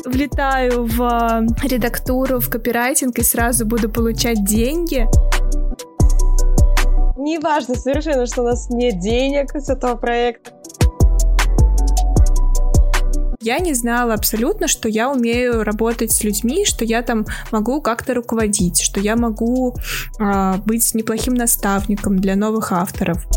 влетаю в редактуру, в копирайтинг и сразу буду получать деньги. Не важно совершенно, что у нас нет денег с этого проекта. Я не знала абсолютно, что я умею работать с людьми, что я там могу как-то руководить, что я могу быть неплохим наставником для новых авторов.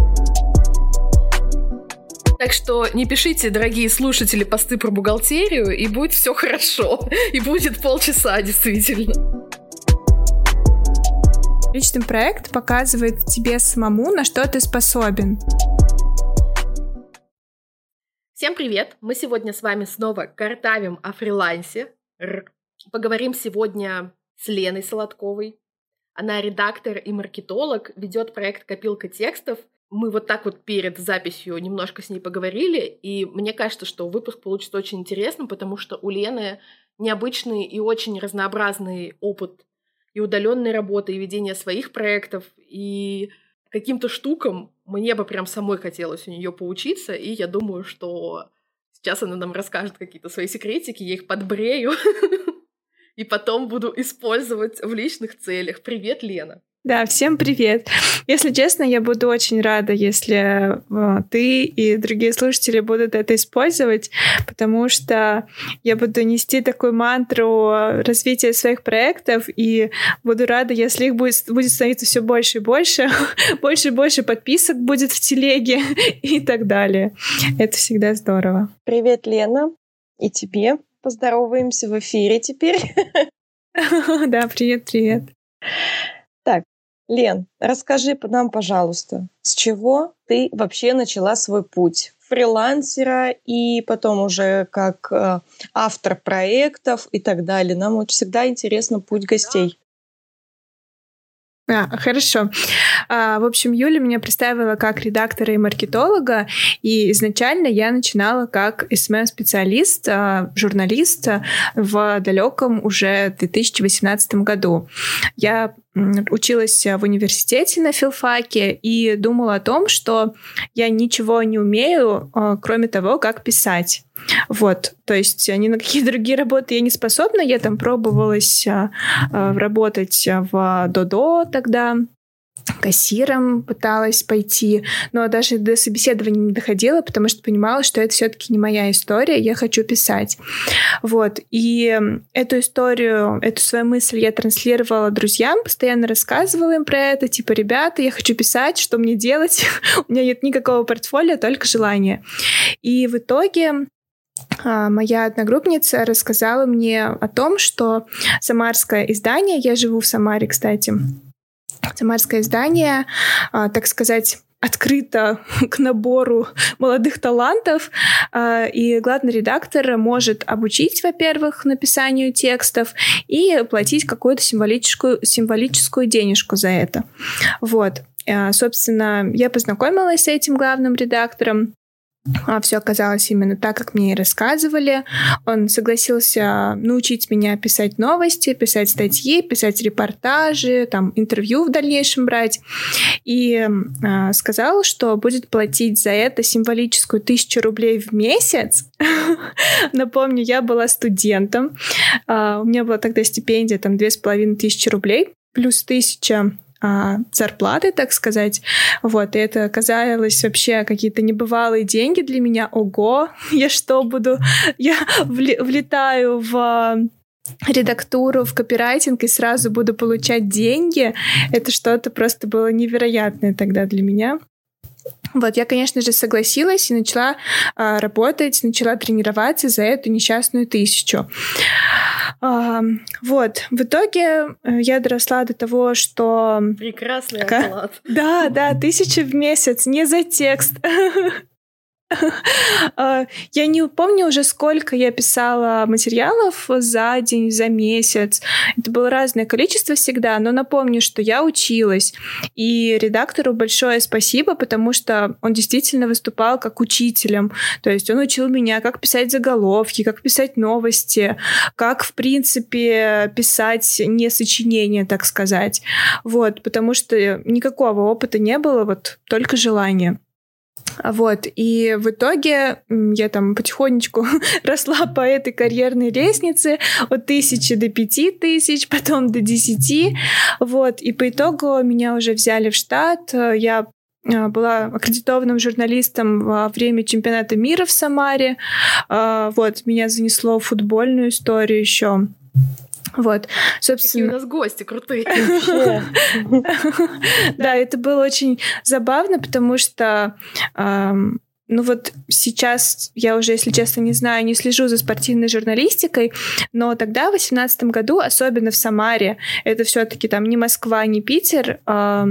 Так что не пишите, дорогие слушатели, посты про бухгалтерию, и будет все хорошо. И будет полчаса, действительно. Личный проект показывает тебе самому, на что ты способен. Всем привет! Мы сегодня с вами снова картавим о фрилансе. Поговорим сегодня с Леной Солодковой. Она редактор и маркетолог, ведет проект «Копилка текстов». Мы вот так вот перед записью немножко с ней поговорили, и мне кажется, что выпуск получится очень интересным, потому что у Лены необычный и очень разнообразный опыт и удаленной работы, и ведения своих проектов, и каким-то штукам мне бы прям самой хотелось у нее поучиться, и я думаю, что сейчас она нам расскажет какие-то свои секретики, я их подбрею, и потом буду использовать в личных целях. Привет, Лена! Да, всем привет. Если честно, я буду очень рада, если ты и другие слушатели будут это использовать, потому что я буду нести такую мантру развития своих проектов, и буду рада, если их будет становиться все больше и больше, больше и больше подписок будет в телеге и так далее. Это всегда здорово. Привет, Лена, и тебе поздороваемся в эфире теперь. Да, привет. Так, Лен, расскажи нам, пожалуйста, с чего ты вообще начала свой путь фрилансера и потом уже как автор проектов и так далее. Нам всегда интересно путь гостей. Хорошо. В общем, Юля меня представила как редактора и маркетолога, и изначально я начинала как SMM-специалист, журналист в далеком уже 2018 году. Я училась в университете на филфаке и думала о том, что я ничего не умею, кроме того, как писать. Вот, то есть ни на какие другие работы я не способна. Я там пробовалась работать в Додо тогда, кассиром пыталась пойти, но даже до собеседования не доходила, потому что понимала, что это все-таки не моя история, я хочу писать. Вот, и эту историю, эту свою мысль я транслировала друзьям, постоянно рассказывала им про это, типа, ребята, я хочу писать, что мне делать? У меня нет никакого портфолио, только желание. И в итоге моя одногруппница рассказала мне о том, что самарское издание, я живу в Самаре, кстати, самарское издание, так сказать, открыто к набору молодых талантов, и главный редактор может обучить, во-первых, написанию текстов и платить какую-то символическую денежку за это. Вот. Собственно, я познакомилась с этим главным редактором. Все оказалось именно так, как мне и рассказывали. Он согласился научить меня писать новости, писать статьи, писать репортажи, там, интервью в дальнейшем брать. И сказал, что будет платить за это символическую 1000 рублей в месяц. Напомню, я была студентом. У меня была тогда стипендия там 2500 рублей, плюс 1000 зарплаты, так сказать. Вот, и это оказалось вообще какие-то небывалые деньги для меня. Ого, я что буду? Я влетаю в редактуру, в копирайтинг и сразу буду получать деньги. Это что-то просто было невероятное тогда для меня. Вот, я, конечно же, согласилась и начала работать, начала тренироваться за эту несчастную 1000. Вот, в итоге я доросла до того, что... Прекрасный оклад. Да, 1000 в месяц, не за текст. Я не помню уже, сколько я писала материалов за день, за месяц. Это было разное количество всегда, но напомню, что я училась. И редактору большое спасибо, потому что он действительно выступал как учителем. То есть он учил меня, как писать заголовки, как писать новости, как, в принципе, писать не сочинение, так сказать. Вот, потому что никакого опыта не было, вот только желание. Вот, и в итоге я там потихонечку росла по этой карьерной лестнице от 1000 до 5000, потом до 10. Вот, и по итогу меня уже взяли в штат. Я была аккредитованным журналистом во время чемпионата мира в Самаре. Вот, меня занесло в футбольную историю еще. Вот, собственно... Какие у нас гости крутые. Да, это было очень забавно, потому что ну вот сейчас я уже, если честно, не знаю, не слежу за спортивной журналистикой, но тогда, в 2018 году, особенно в Самаре, это все-таки там не Москва, не Питер,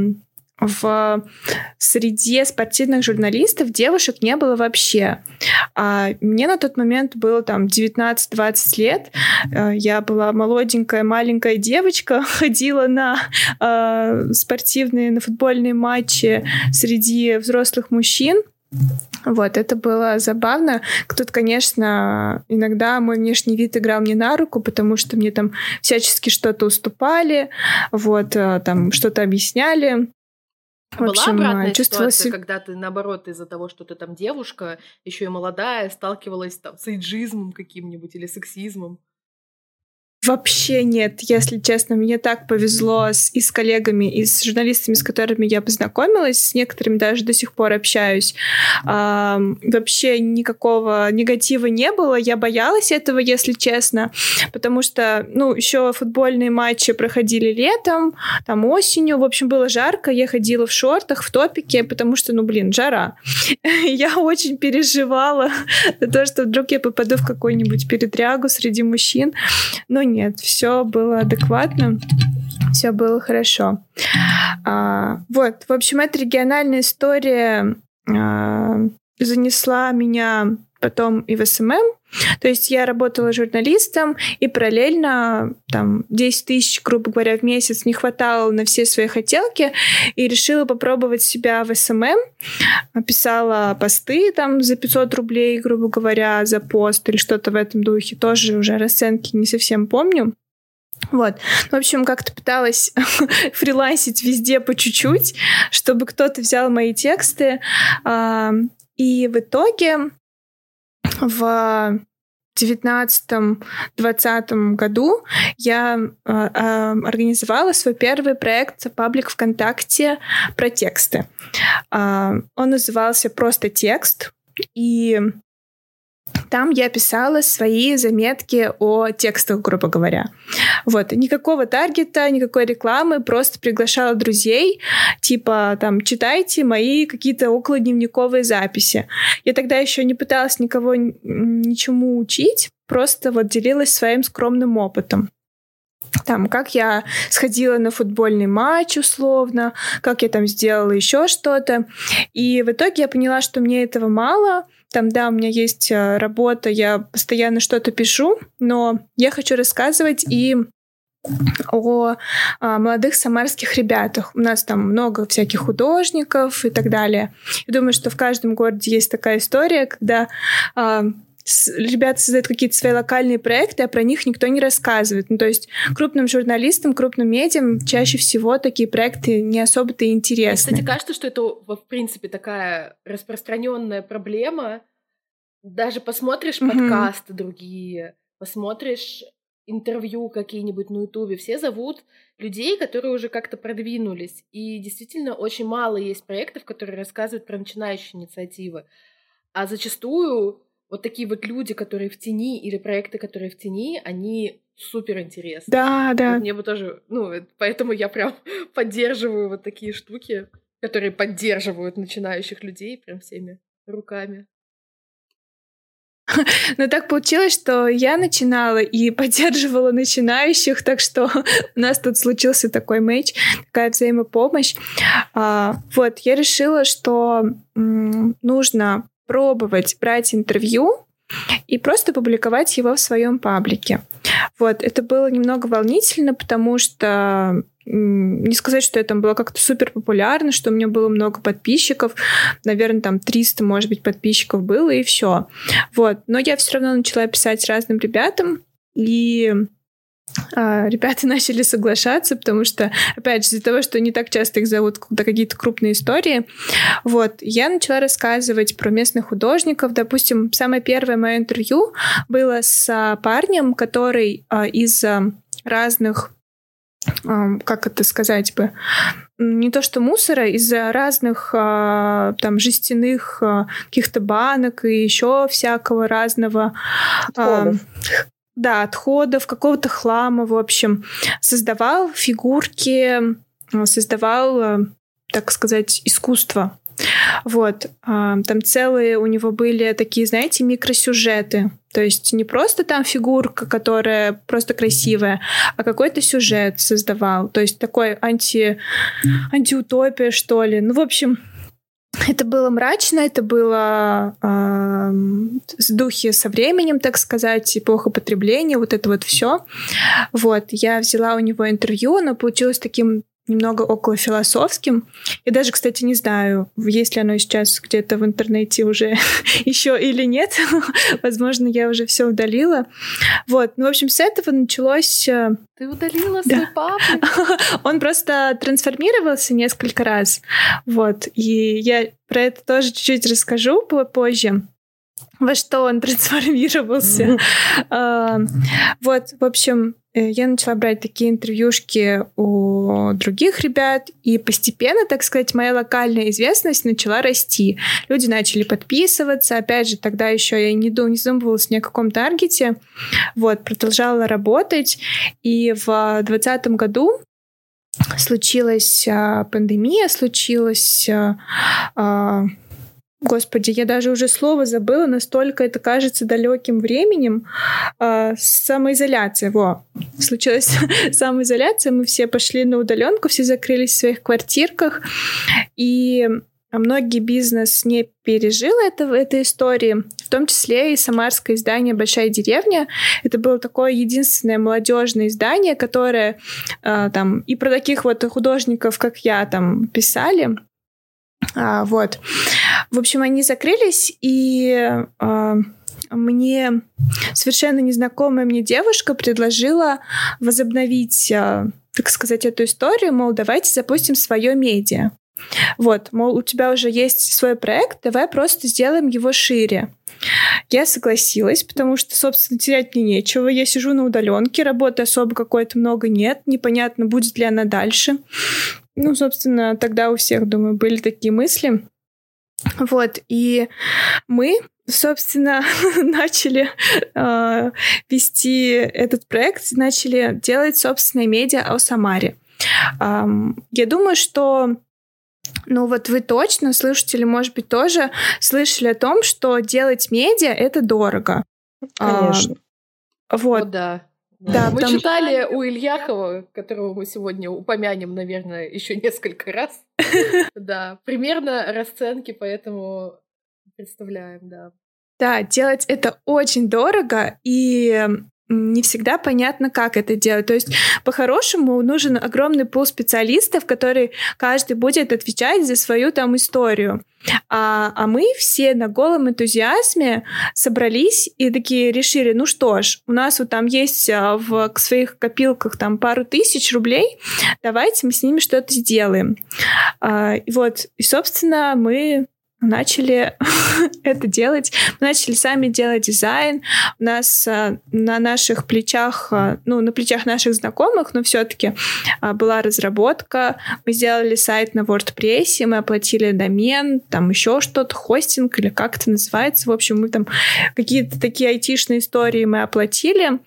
в среде спортивных журналистов девушек не было вообще. А мне на тот момент было там 19-20 лет. Я была молоденькая, маленькая девочка, ходила на спортивные, на футбольные матчи среди взрослых мужчин. Вот, это было забавно. Тут, конечно, иногда мой внешний вид играл мне на руку, потому что мне там всячески что-то уступали, вот, там что-то объясняли. В общем, была обратная ситуация, когда ты, наоборот, из-за того, что ты там девушка, еще и молодая, сталкивалась там с эйджизмом каким-нибудь или сексизмом? Вообще нет, если честно. Мне так повезло и с коллегами, и с журналистами, с которыми я познакомилась, с некоторыми даже до сих пор общаюсь. Вообще никакого негатива не было. Я боялась этого, если честно, потому что, ну, еще футбольные матчи проходили летом, там осенью. В общем, было жарко. Я ходила в шортах, в топике, потому что, ну, блин, жара. Я очень переживала за то, что вдруг я попаду в какую-нибудь передрягу среди мужчин. Но нет, все было адекватно, все было хорошо. Вот, в общем, эта региональная история занесла меня потом и в СММ. То есть я работала журналистом, и параллельно там 10 тысяч, грубо говоря, в месяц не хватало на все свои хотелки, и решила попробовать себя в СММ. Писала посты там за 500 рублей, грубо говоря, за пост или что-то в этом духе. Тоже уже расценки не совсем помню. Вот. В общем, как-то пыталась фрилансить везде по чуть-чуть, чтобы кто-то взял мои тексты. И в итоге в 19-20 году я организовала свой первый проект паблик ВКонтакте про тексты. Он назывался «Просто текст», и там я писала свои заметки о текстах, грубо говоря. Вот. Никакого таргета, никакой рекламы, просто приглашала друзей, типа, там, читайте мои какие-то околодневниковые записи. Я тогда еще не пыталась никого ничему учить, просто вот делилась своим скромным опытом. Там, как я сходила на футбольный матч условно, как я там сделала еще что-то. И в итоге я поняла, что мне этого мало. Там, да, у меня есть работа, я постоянно что-то пишу, но я хочу рассказывать и о молодых самарских ребятах. У нас там много всяких художников и так далее. Я думаю, что в каждом городе есть такая история, когда ребята создают какие-то свои локальные проекты, а про них никто не рассказывает. Ну, то есть крупным журналистам, крупным медиам чаще всего такие проекты не особо-то и интересны. Кстати, кажется, что это, в принципе, такая распространенная проблема. Даже посмотришь подкасты другие, посмотришь интервью какие-нибудь на Ютубе, все зовут людей, которые уже как-то продвинулись. И действительно очень мало есть проектов, которые рассказывают про начинающие инициативы. А зачастую вот такие вот люди, которые в тени, или проекты, которые в тени, они суперинтересны. Да, да. Вот мне бы тоже... Ну, поэтому я прям поддерживаю вот такие штуки, которые поддерживают начинающих людей прям всеми руками. Но так получилось, что я начинала и поддерживала начинающих, так что у нас тут случился такой матч, такая взаимопомощь. Вот, я решила, что нужно пробовать брать интервью и просто публиковать его в своем паблике. Вот, это было немного волнительно, потому что не сказать, что это было как-то супер популярно, что у меня было много подписчиков, наверное, там 300, может быть, подписчиков было, и все. Вот, но я все равно начала писать разным ребятам, и ребята начали соглашаться, потому что, опять же, из-за того, что не так часто их зовут на какие-то крупные истории, вот, я начала рассказывать про местных художников. Допустим, самое первое мое интервью было с парнем, который из разных, как это сказать бы, не то что мусора, из-за разных там жестяных каких-то банок и еще всякого разного... отходов, какого-то хлама, в общем. Создавал фигурки, создавал, так сказать, искусство. Вот. Там целые у него были такие, знаете, микросюжеты. То есть не просто там фигурка, которая просто красивая, а какой-то сюжет создавал. То есть такой антиутопия, что ли. Ну, в общем... Это было мрачно, это было с духе со временем, так сказать, эпоха потребления, вот это вот все. Вот, я взяла у него интервью, оно получилось таким немного околофилософским. Я даже, кстати, не знаю, есть ли оно сейчас где-то в интернете уже еще или нет. Возможно, я уже все удалила. Вот, ну, в общем, с этого началось... Ты удалила свой паблик? Он просто трансформировался несколько раз. Вот, и я про это тоже чуть-чуть расскажу позже, во что он трансформировался. Вот, в общем, я начала брать такие интервьюшки у других ребят, и постепенно, так сказать, моя локальная известность начала расти. Люди начали подписываться. Опять же, тогда еще я не задумывалась ни о каком таргете. Вот, продолжала работать. И в 2020 году случилась пандемия, случилась... Господи, я даже уже слово забыла, настолько это кажется далеким временем. Самоизоляция. Случилась самоизоляция, мы все пошли на удаленку, все закрылись в своих квартирках, и многие бизнес не пережил этой истории, в том числе и самарское издание «Большая деревня». Это было такое единственное молодежное издание, которое там и про таких вот художников, как я, там писали. Вот. В общем, они закрылись, и мне совершенно незнакомая мне девушка предложила возобновить, так сказать, эту историю, мол, давайте запустим свое медиа. Вот, мол, у тебя уже есть свой проект, давай просто сделаем его шире. Я согласилась, потому что, собственно, терять мне нечего. Я сижу на удаленке, работы особо какой-то много нет, непонятно, будет ли она дальше. Ну, собственно, тогда у всех, думаю, были такие мысли. Вот, и мы, собственно, начали вести этот проект, начали делать собственное медиа о Самаре. Я думаю, что ну вот вы точно, слушатели, может быть, тоже слышали о том, что делать медиа — это дорого. Конечно. Вот. О, да. Да, мы читали у Ильяхова, которого мы сегодня упомянем, наверное, еще несколько раз. Да, примерно расценки, поэтому представляем, да. Да, делать это очень дорого, и не всегда понятно, как это делать. То есть, по-хорошему, нужен огромный пул специалистов, который каждый будет отвечать за свою там историю. А мы все на голом энтузиазме собрались и такие решили, ну что ж, у нас вот там есть в своих копилках там пару тысяч рублей, давайте мы с ними что-то сделаем. Вот, и, собственно, мы начали это делать. Мы начали сами делать дизайн. У нас на наших плечах, ну, на плечах наших знакомых, но все-таки была разработка. Мы сделали сайт на WordPress, мы оплатили домен, там еще что-то, хостинг или как это называется. В общем, мы там какие-то такие айтишные истории мы оплатили.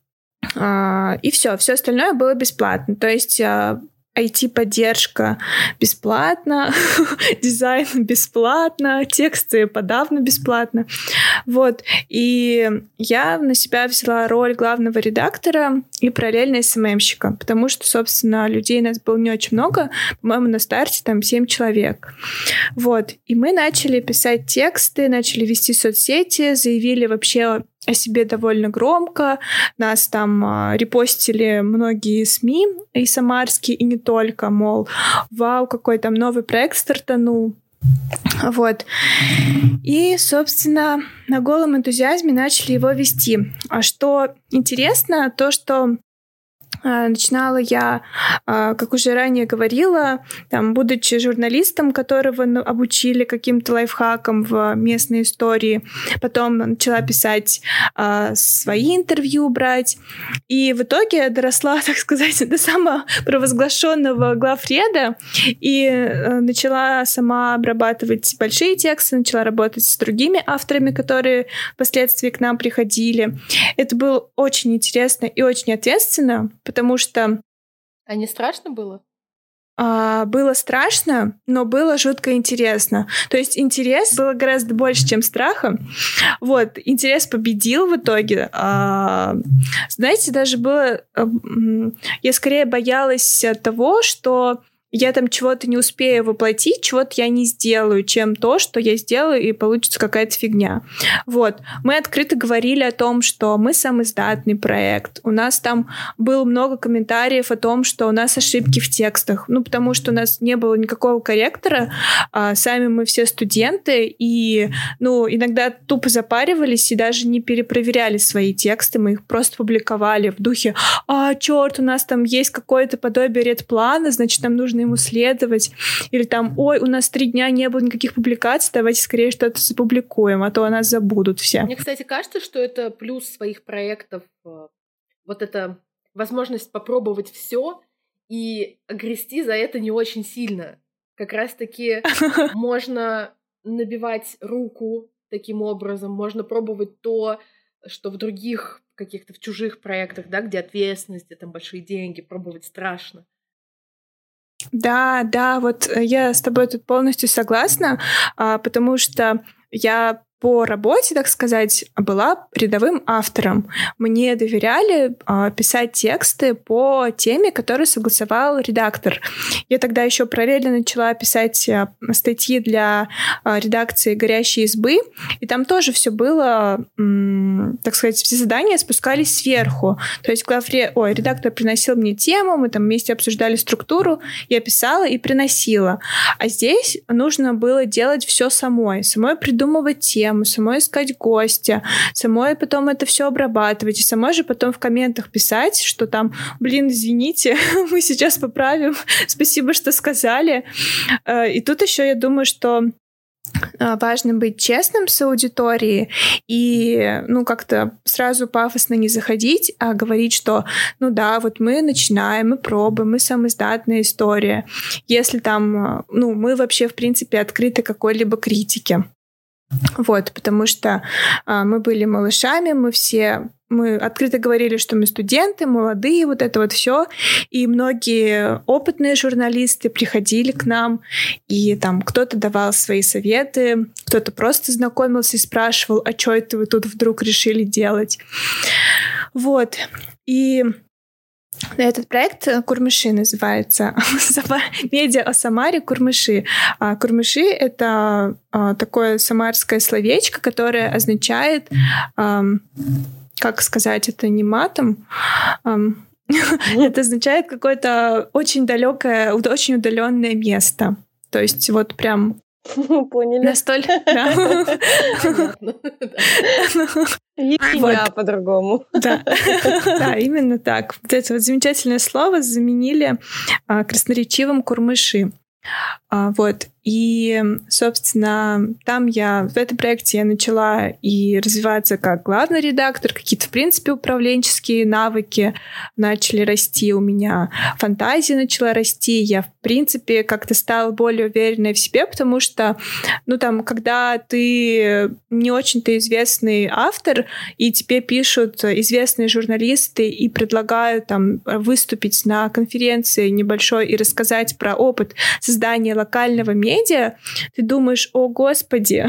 И все остальное было бесплатно. То есть IT-поддержка бесплатно, дизайн бесплатно, тексты подавно бесплатно. Вот. И я на себя взяла роль главного редактора и параллельно СММщика, потому что, собственно, людей у нас было не очень много, по-моему, на старте там 7 человек. Вот. И мы начали писать тексты, начали вести соцсети, заявили вообще о себе довольно громко. Нас там репостили многие СМИ, и самарские, и не только, мол, вау, какой там новый проект стартанул. Вот. И, собственно, на голом энтузиазме начали его вести. А что интересно, то, что Начинала я, как уже ранее говорила, там, будучи журналистом, которого обучили каким-то лайфхакам в местной истории. Потом начала писать свои интервью, брать. И в итоге я доросла, так сказать, до самопровозглашенного главреда и начала сама обрабатывать большие тексты, начала работать с другими авторами, которые впоследствии к нам приходили. Это было очень интересно и очень ответственно, потому что... А не страшно было? Было страшно, но было жутко интересно. То есть интерес было гораздо больше, чем страха. Вот, интерес победил в итоге. Знаете, даже было... Я скорее боялась того, что я там чего-то не успею воплотить, чего-то я не сделаю, чем то, что я сделаю, и получится какая-то фигня. Вот. Мы открыто говорили о том, что мы самоиздатный проект. У нас там было много комментариев о том, что у нас ошибки в текстах. Ну, потому что у нас не было никакого корректора. Сами мы все студенты, и, иногда тупо запаривались и даже не перепроверяли свои тексты. Мы их просто публиковали в духе: черт, у нас там есть какое-то подобие редплана, значит, нам нужно ему следовать. Или там: ой, у нас 3 дня не было никаких публикаций, давайте скорее что-то запубликуем, а то о нас забудут все. Мне, кстати, кажется, что это плюс своих проектов, вот эта возможность попробовать все и огрести за это не очень сильно. Как раз-таки можно набивать руку таким образом, можно пробовать то, что в других каких-то, в чужих проектах, да, где ответственность, где там большие деньги, пробовать страшно. Да, вот я с тобой тут полностью согласна, потому что я по работе, так сказать, была рядовым автором. Мне доверяли писать тексты по теме, которую согласовал редактор. Я тогда еще параллельно начала писать статьи для редакции «Горящей избы», и там тоже все было, так сказать, все задания спускались сверху. То есть редактор приносил мне тему, мы там вместе обсуждали структуру, я писала и приносила. А здесь нужно было делать все самой придумывать тему, самой искать гостя, самой потом это все обрабатывать, и самой же потом в комментах писать, что там: извините, мы сейчас поправим, спасибо, что сказали. И тут еще я думаю, что важно быть честным с аудиторией и, как-то сразу пафосно не заходить, а говорить, что, вот мы начинаем, мы пробуем, мы самоиздатная история. Если там, мы вообще, в принципе, открыты какой-либо критике. Вот, потому что мы были малышами, мы открыто говорили, что мы студенты, молодые, вот это вот все. И многие опытные журналисты приходили к нам, и там кто-то давал свои советы, кто-то просто знакомился и спрашивал: а что это вы тут вдруг решили делать? Вот. И этот проект «Курмыши» называется. Медиа о Самаре «Курмыши». «Курмыши» — это такое самарское словечко, которое означает, как сказать это не матом, это означает какое-то очень далекое, очень удаленное место. То есть вот прям... Поняли. Настолько... Я по-другому. Да, именно так. Вот это вот замечательное слово заменили красноречивым «Курмыши». Вот. И, собственно, там в этом проекте я начала и развиваться как главный редактор, какие-то, в принципе, управленческие навыки начали расти у меня, фантазия начала расти, я, в принципе, как-то стала более уверенной в себе, потому что, когда ты не очень-то известный автор, и тебе пишут известные журналисты и предлагают там выступить на конференции небольшой и рассказать про опыт создания локального медиа, ты думаешь: о, Господи,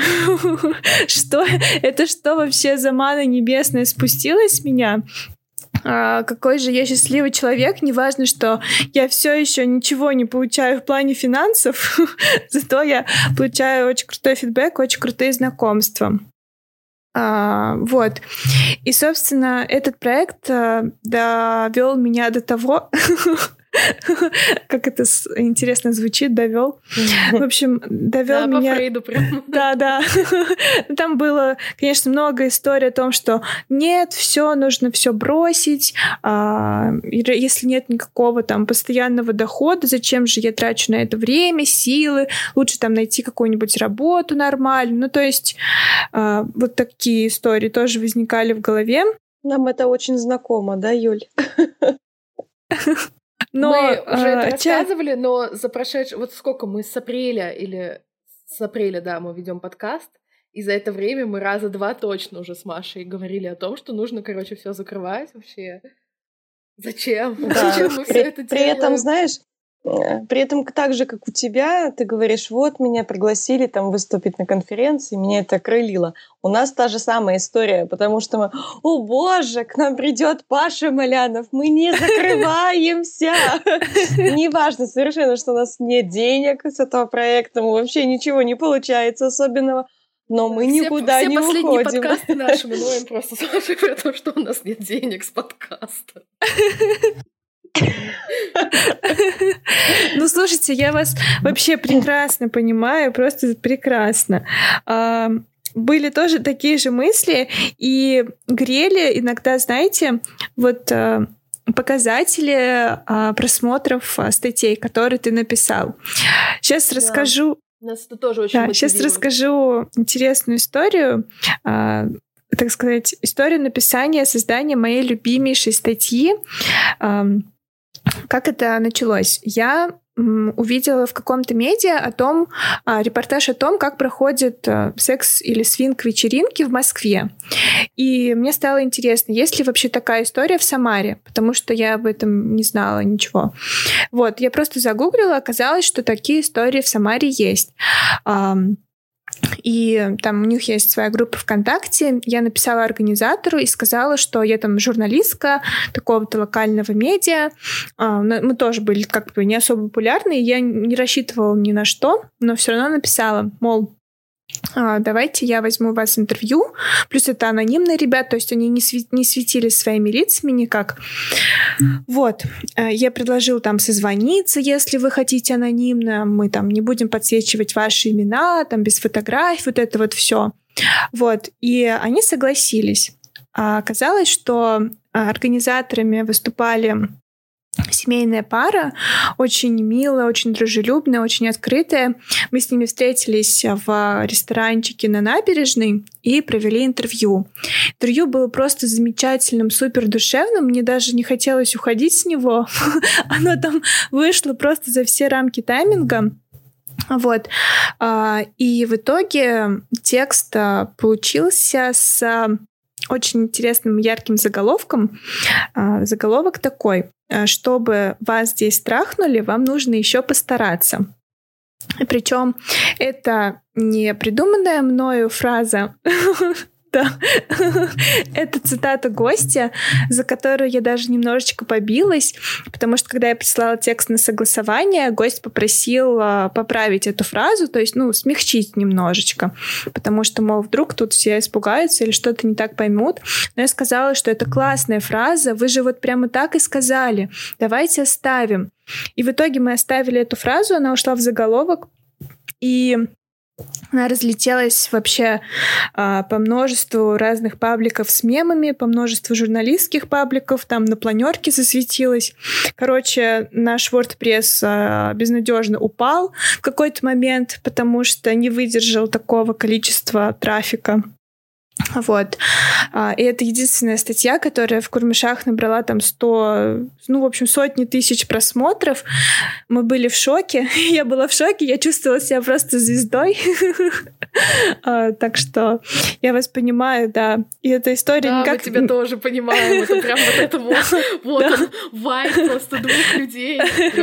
что вообще за мана небесная спустилась с меня? Какой же я счастливый человек. Неважно, что я все еще ничего не получаю в плане финансов, зато я получаю очень крутой фидбэк, очень крутые знакомства. Вот. И, собственно, этот проект довел меня до того, Как это интересно звучит, довел. В общем, довел меня... по Фрейду прям. Да. Там было, конечно, много историй о том, что нет, все нужно все бросить. Если нет никакого там постоянного дохода, зачем же я трачу на это время, силы? Лучше там найти какую-нибудь работу нормальную. Ну, то есть вот такие истории тоже возникали в голове. Нам это очень знакомо, да, Юль? Но мы уже это рассказывали, но за прошедшее... Вот сколько мы с апреля, да, мы ведем подкаст, и за это время мы раза 2 точно уже с Машей говорили о том, что нужно, короче, все закрывать вообще. Зачем? Да. Зачем мы все это делаем? При этом, знаешь, при этом так же, как у тебя, ты говоришь, вот меня пригласили там выступить на конференции, меня это окрылило. У нас та же самая история, потому что мы, о боже, к нам придет Паша Малянов, мы не закрываемся. Неважно совершенно, что у нас нет денег с этого проекта, вообще ничего не получается особенного. Но мы никуда не уходим. Все последние подкасты наши мы ноем просто с Машей про то, что у нас нет денег с подкаста. Ну, слушайте, я вас вообще прекрасно понимаю, просто прекрасно. Были тоже такие же мысли, и грели иногда, знаете, вот показатели просмотров статей, которые ты написал. Сейчас расскажу... Нас это тоже очень мотивирует. Сейчас расскажу интересную историю, так сказать, историю написания, создания моей любимейшей статьи. Как это началось? Я увидела в каком-то медиа репортаж о том, как проходят секс- или свинг-вечеринки в Москве. И мне стало интересно, есть ли вообще такая история в Самаре, потому что я об этом не знала ничего. Вот, я просто загуглила, оказалось, что такие истории в Самаре есть. И там у них есть своя группа ВКонтакте. Я написала организатору и сказала, что я там журналистка такого-то локального медиа. Мы тоже были как бы не особо популярны, и я не рассчитывала ни на что, но все равно написала, мол, давайте я возьму у вас интервью. Плюс это анонимные ребята, то есть они не светились своими лицами никак. Вот. Я предложила там созвониться, если вы хотите анонимно. Мы там не будем подсвечивать ваши имена, там без фотографий, вот это вот все. Вот. И они согласились. Оказалось, что организаторами выступали семейная пара, очень милая, очень дружелюбная, очень открытая. Мы с ними встретились в ресторанчике на набережной и провели интервью. Интервью было просто замечательным, супер душевным. Мне даже не хотелось уходить с него. Оно там вышло просто за все рамки тайминга. Вот. И в итоге текст получился с очень интересным, ярким заголовком. Заголовок такой: чтобы вас здесь трахнули, вам нужно еще постараться. Причем это не придуманная мною фраза, да. Это цитата гостя, за которую я даже немножечко побилась, потому что, когда я прислала текст на согласование, гость попросил поправить эту фразу, то есть, смягчить немножечко, потому что, мол, вдруг тут все испугаются или что-то не так поймут. Но я сказала, что это классная фраза, вы же вот прямо так и сказали, давайте оставим. И в итоге мы оставили эту фразу, она ушла в заголовок, и она разлетелась вообще по множеству разных пабликов с мемами, по множеству журналистских пабликов, там на планерке засветилась. Короче, наш WordPress безнадежно упал в какой-то момент, потому что не выдержал такого количества трафика. Вот. И это единственная статья, которая в Курмышах набрала там сотни тысяч просмотров. Мы были в шоке. Я была в шоке, я чувствовала себя просто звездой. Так что я вас понимаю, да. И эта история никак... Да, мы тебя тоже понимаем. Это прям вот это вот он, вайб просто 3 людей,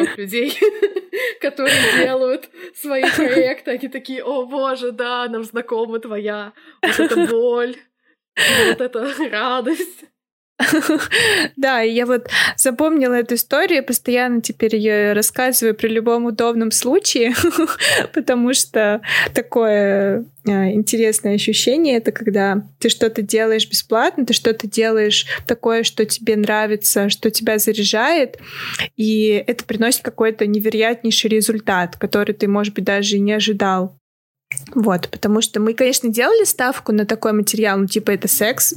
которые делают свои проекты. Они такие: о боже, да, нам знакома твоя вот эта боль, вот эта радость. Да, и я вот запомнила эту историю, постоянно теперь ее рассказываю при любом удобном случае, потому что такое интересное ощущение — это когда ты что-то делаешь бесплатно, ты что-то делаешь такое, что тебе нравится, что тебя заряжает, и это приносит какой-то невероятнейший результат, который ты, может быть, даже и не ожидал. Вот, потому что мы, конечно, делали ставку на такой материал, ну, типа это секс,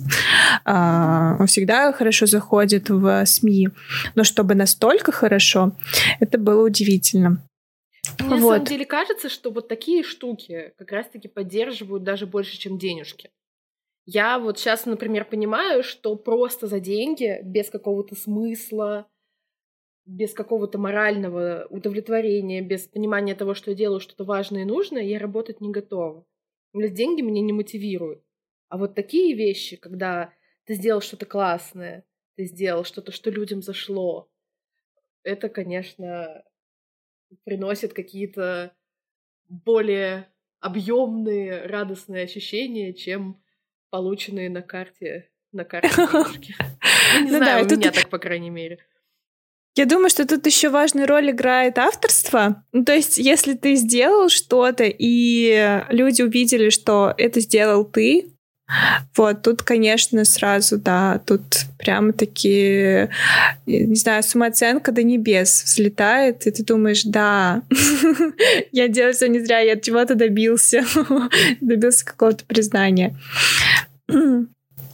он всегда хорошо заходит в СМИ, но чтобы настолько хорошо, это было удивительно. Мне на самом деле кажется, что вот такие штуки как раз-таки поддерживают даже больше, чем денежки. Я вот сейчас, например, понимаю, что просто за деньги, без какого-то смысла, без какого-то морального удовлетворения, без понимания того, что я делаю что-то важное и нужное, я работать не готова. Деньги меня не мотивируют. А вот такие вещи, когда ты сделал что-то классное, ты сделал что-то, что людям зашло, это, конечно, приносит какие-то более объемные, радостные ощущения, чем полученные на карте денежки. Не знаю, у меня так, по крайней мере. Я думаю, что тут еще важную роль играет авторство. Ну, то есть, если ты сделал что-то, и люди увидели, что это сделал ты, вот, тут, конечно, сразу, да, тут прямо-таки, не знаю, самооценка до небес взлетает, и ты думаешь, да, я делаю все не зря, я чего-то добился какого-то признания. В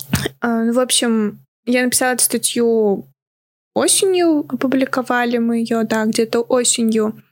общем, я написала эту статью осенью, опубликовали мы ее, да, где-то осенью.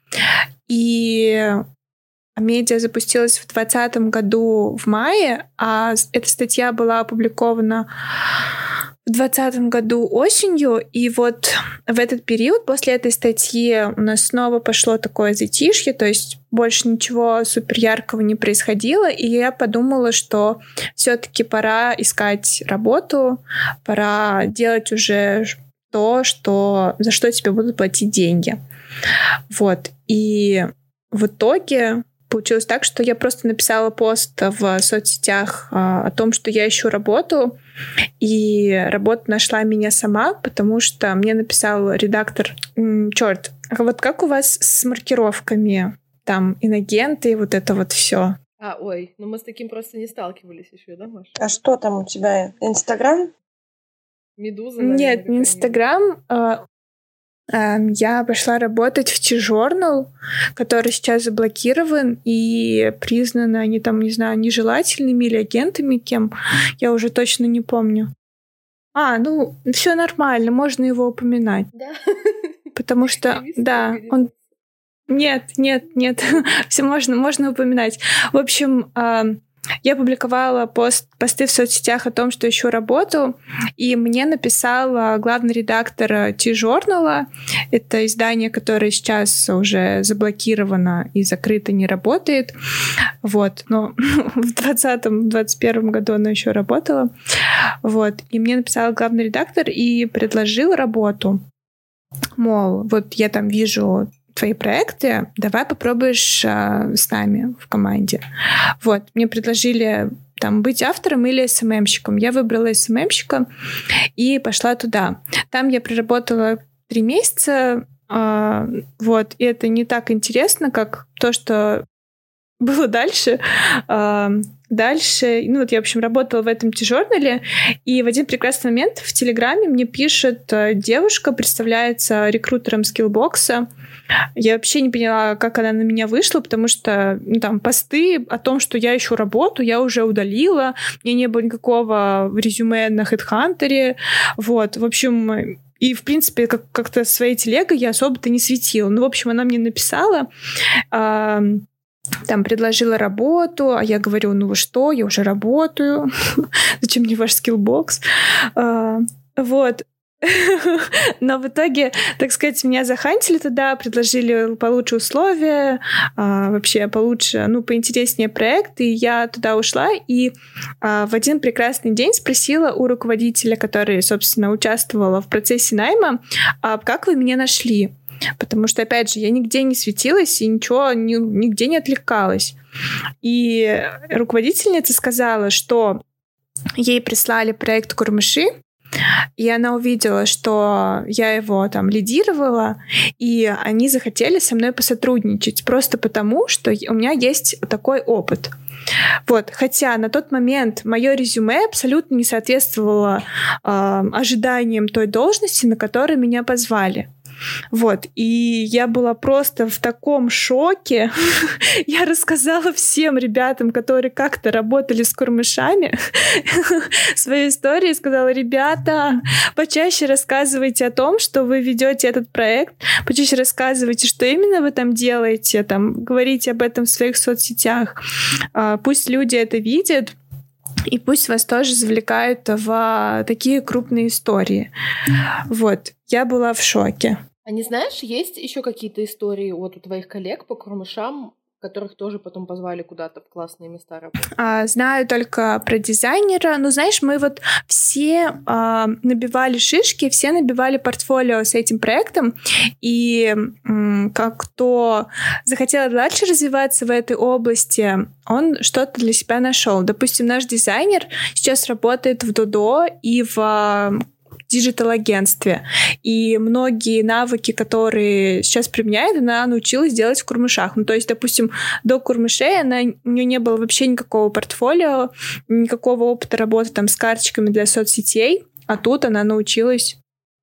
И медиа запустилась в 2020 году в мае, а эта статья была опубликована в 2020 году осенью. И вот в этот период, после этой статьи, у нас снова пошло такое затишье, то есть больше ничего супер яркого не происходило. И я подумала, что все-таки пора искать работу, пора делать уже то, за что тебе будут платить деньги. Вот. И в итоге получилось так, что я просто написала пост в соцсетях о том, что я ищу работу, и работа нашла меня сама, потому что мне написал редактор: «Чёрт, а вот как у вас с маркировками? Там инагенты и вот это вот все». Ой, ну мы с таким просто не сталкивались еще, да, Маша? А что там у тебя? Инстаграм? Медуза, наверное, Нет, не Инстаграм. Я пошла работать в T-Journal, который сейчас заблокирован, и признаны они там, не знаю, нежелательными или агентами кем, я уже точно не помню. Ну, все нормально, можно его упоминать. Да. Потому что, да, он... Нет, все можно упоминать. В общем, я публиковала посты в соцсетях о том, что ищу работу, и мне написал главный редактор T-Journal. Это издание, которое сейчас уже заблокировано и закрыто, не работает. Вот. Но в 2020-2021 году оно еще работало. Вот. И мне написал главный редактор и предложил работу. Мол, вот я там вижу твои проекты, давай попробуешь с нами в команде. Вот, мне предложили там быть автором или СММщиком. Я выбрала СММщика и пошла туда. Там я проработала 3 месяца, вот, и это не так интересно, как то, что было дальше. Дальше, ну вот я, в общем, работала в этом T-Journal, и в один прекрасный момент в Телеграме мне пишет девушка, представляется рекрутером Skillbox. Я вообще не поняла, как она на меня вышла, потому что там посты о том, что я ищу работу, я уже удалила, у меня не было никакого резюме на HeadHunter. Вот, в общем... И, в принципе, как-то своей телегой я особо-то не светила. Ну, в общем, она мне написала... там предложила работу, а я говорю, ну вы что, я уже работаю, зачем мне ваш скиллбокс? Вот. Но в итоге, так сказать, меня захантили туда, предложили получше условия, вообще получше, ну, поинтереснее проект, и я туда ушла, и в один прекрасный день спросила у руководителя, который, собственно, участвовала в процессе найма, как вы меня нашли? Потому что, опять же, я нигде не светилась и ничего, нигде не отвлекалась. И руководительница сказала, что ей прислали проект Курмыши, И она увидела, что я его там лидировала, и они захотели со мной посотрудничать просто потому, что у меня есть такой опыт. Вот. Хотя на тот момент мое резюме абсолютно не соответствовало ожиданиям той должности, на которую меня позвали. Вот, и я была просто в таком шоке. Я рассказала всем ребятам, которые как-то работали с курмышами, свою историю, и сказала: ребята, почаще рассказывайте о том, что вы ведете этот проект, почаще рассказывайте, что именно вы там делаете, там, говорите об этом в своих соцсетях. Пусть люди это видят, и пусть вас тоже завлекают в такие крупные истории. Вот, я была в шоке. А не знаешь, есть еще какие-то истории вот у твоих коллег по курмышам, которых тоже потом позвали куда-то в классные места работать? Знаю только про дизайнера. Ну, знаешь, мы вот все набивали шишки, все набивали портфолио с этим проектом, и как кто захотел дальше развиваться в этой области, он что-то для себя нашел. Допустим, наш дизайнер сейчас работает в Додо и в диджитал-агентстве. И многие навыки, которые сейчас применяет, она научилась делать в курмышах. Ну, то есть, допустим, до курмышей у нее не было вообще никакого портфолио, никакого опыта работы там с карточками для соцсетей, а тут она научилась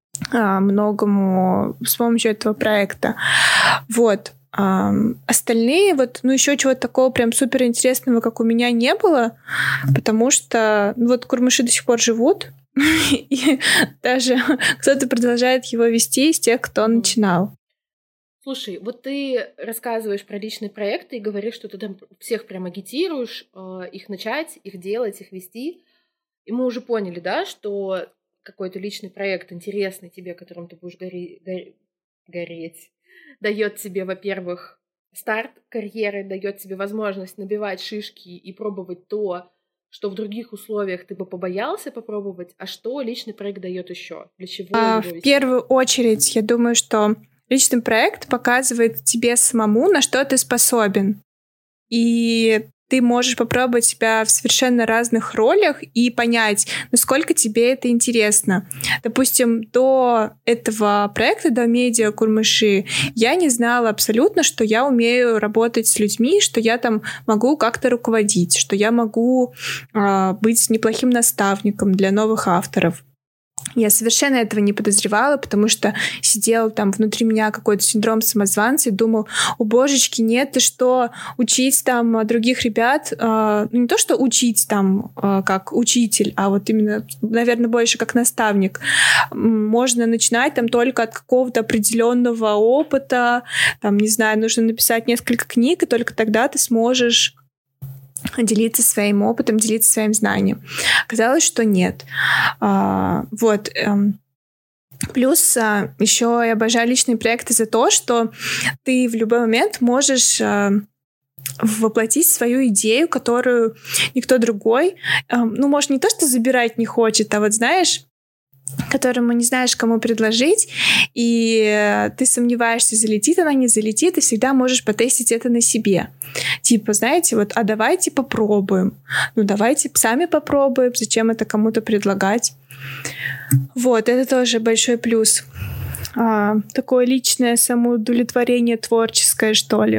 многому с помощью этого проекта. Вот. Остальные, вот, ну, еще чего-то такого прям супер интересного, как у меня, не было, потому что вот курмыши до сих пор живут, и даже кто-то продолжает его вести из тех, кто начинал. Слушай, вот ты рассказываешь про личные проекты и говоришь, что ты там всех прям агитируешь их начать, их делать, их вести. И мы уже поняли, да, что какой-то личный проект интересный тебе, которым ты будешь гореть, дает тебе, во-первых, старт карьеры, дает тебе возможность набивать шишки и пробовать то, что в других условиях ты бы побоялся попробовать, а что личный проект дает еще? Для чего его вести? В первую очередь, я думаю, что личный проект показывает тебе самому, на что ты способен. И ты можешь попробовать себя в совершенно разных ролях и понять, насколько тебе это интересно. Допустим, до этого проекта, до медиа Курмыши, я не знала абсолютно, что я умею работать с людьми, что я там могу как-то руководить, что я могу быть неплохим наставником для новых авторов. Я совершенно этого не подозревала, потому что сидел там внутри меня какой-то синдром самозванца и думал: о божечки, нет, ты что, учить там других ребят, ну не то, что учить там как учитель, а вот именно, наверное, больше как наставник. Можно начинать там только от какого-то определенного опыта, там, не знаю, нужно написать несколько книг, и только тогда ты сможешь делиться своим опытом, делиться своим знанием. Оказалось, что нет. Вот. Плюс еще я обожаю личные проекты за то, что ты в любой момент можешь воплотить свою идею, которую никто другой, ну, может, не то, что забирать не хочет, а вот, знаешь, которому не знаешь, кому предложить, и ты сомневаешься, залетит она, не залетит, и всегда можешь потестить это на себе. Типа, знаете, вот, а давайте попробуем. Ну, давайте сами попробуем, зачем это кому-то предлагать. Вот, это тоже большой плюс. Такое личное самоудовлетворение творческое, что ли.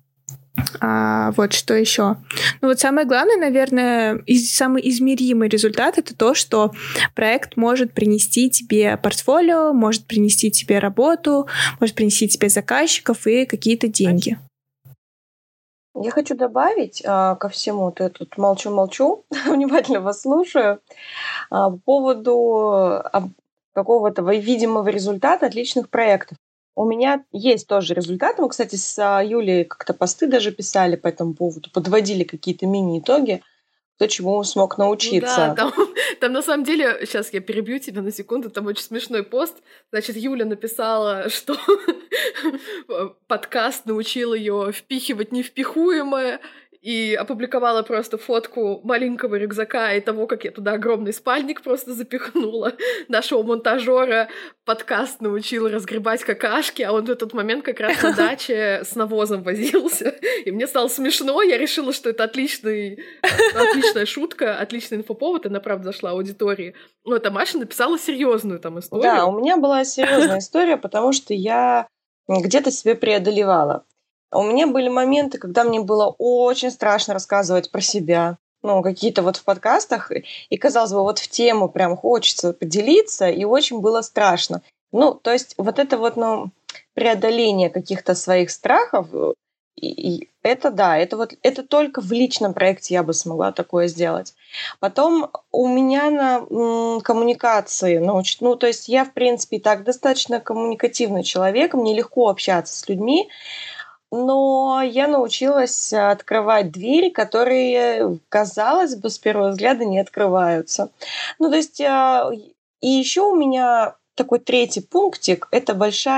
Вот что еще. Ну вот самое главное, наверное, самый измеримый результат — это то, что проект может принести тебе портфолио, может принести тебе работу, может принести тебе заказчиков и какие-то деньги. Я хочу добавить ко всему, вот я тут молчу, внимательно вас слушаю, по поводу какого-то видимого результата от личных проектов. У меня есть тоже результаты. Мы, кстати, с Юлей как-то посты даже писали по этому поводу, подводили какие-то мини-итоги, кто чему смог научиться. Ну да, там на самом деле, сейчас я перебью тебя на секунду, там очень смешной пост. Значит, Юля написала, что подкаст научил ее впихивать невпихуемое, и опубликовала просто фотку маленького рюкзака и того, как я туда огромный спальник просто запихнула. Нашего монтажера подкаст научил разгребать какашки, а он в этот момент как раз на даче с навозом возился. И мне стало смешно, я решила, что это отличная шутка, отличный инфоповод, она, правда, зашла аудитории. Но эта Маша написала серьезную там историю. Да, у меня была серьезная история, потому что я где-то себе преодолевала. У меня были моменты, когда мне было очень страшно рассказывать про себя. Ну, какие-то вот в подкастах. И, казалось бы, вот в тему прям хочется поделиться, и очень было страшно. Ну, то есть вот это вот, преодоление каких-то своих страхов, и это да, это только в личном проекте я бы смогла такое сделать. Потом у меня на коммуникации, то есть я, в принципе, и так достаточно коммуникативный человек, мне легко общаться с людьми, но я научилась открывать двери, которые, казалось бы, с первого взгляда не открываются. Ну, то есть, и еще у меня такой третий пунктик – это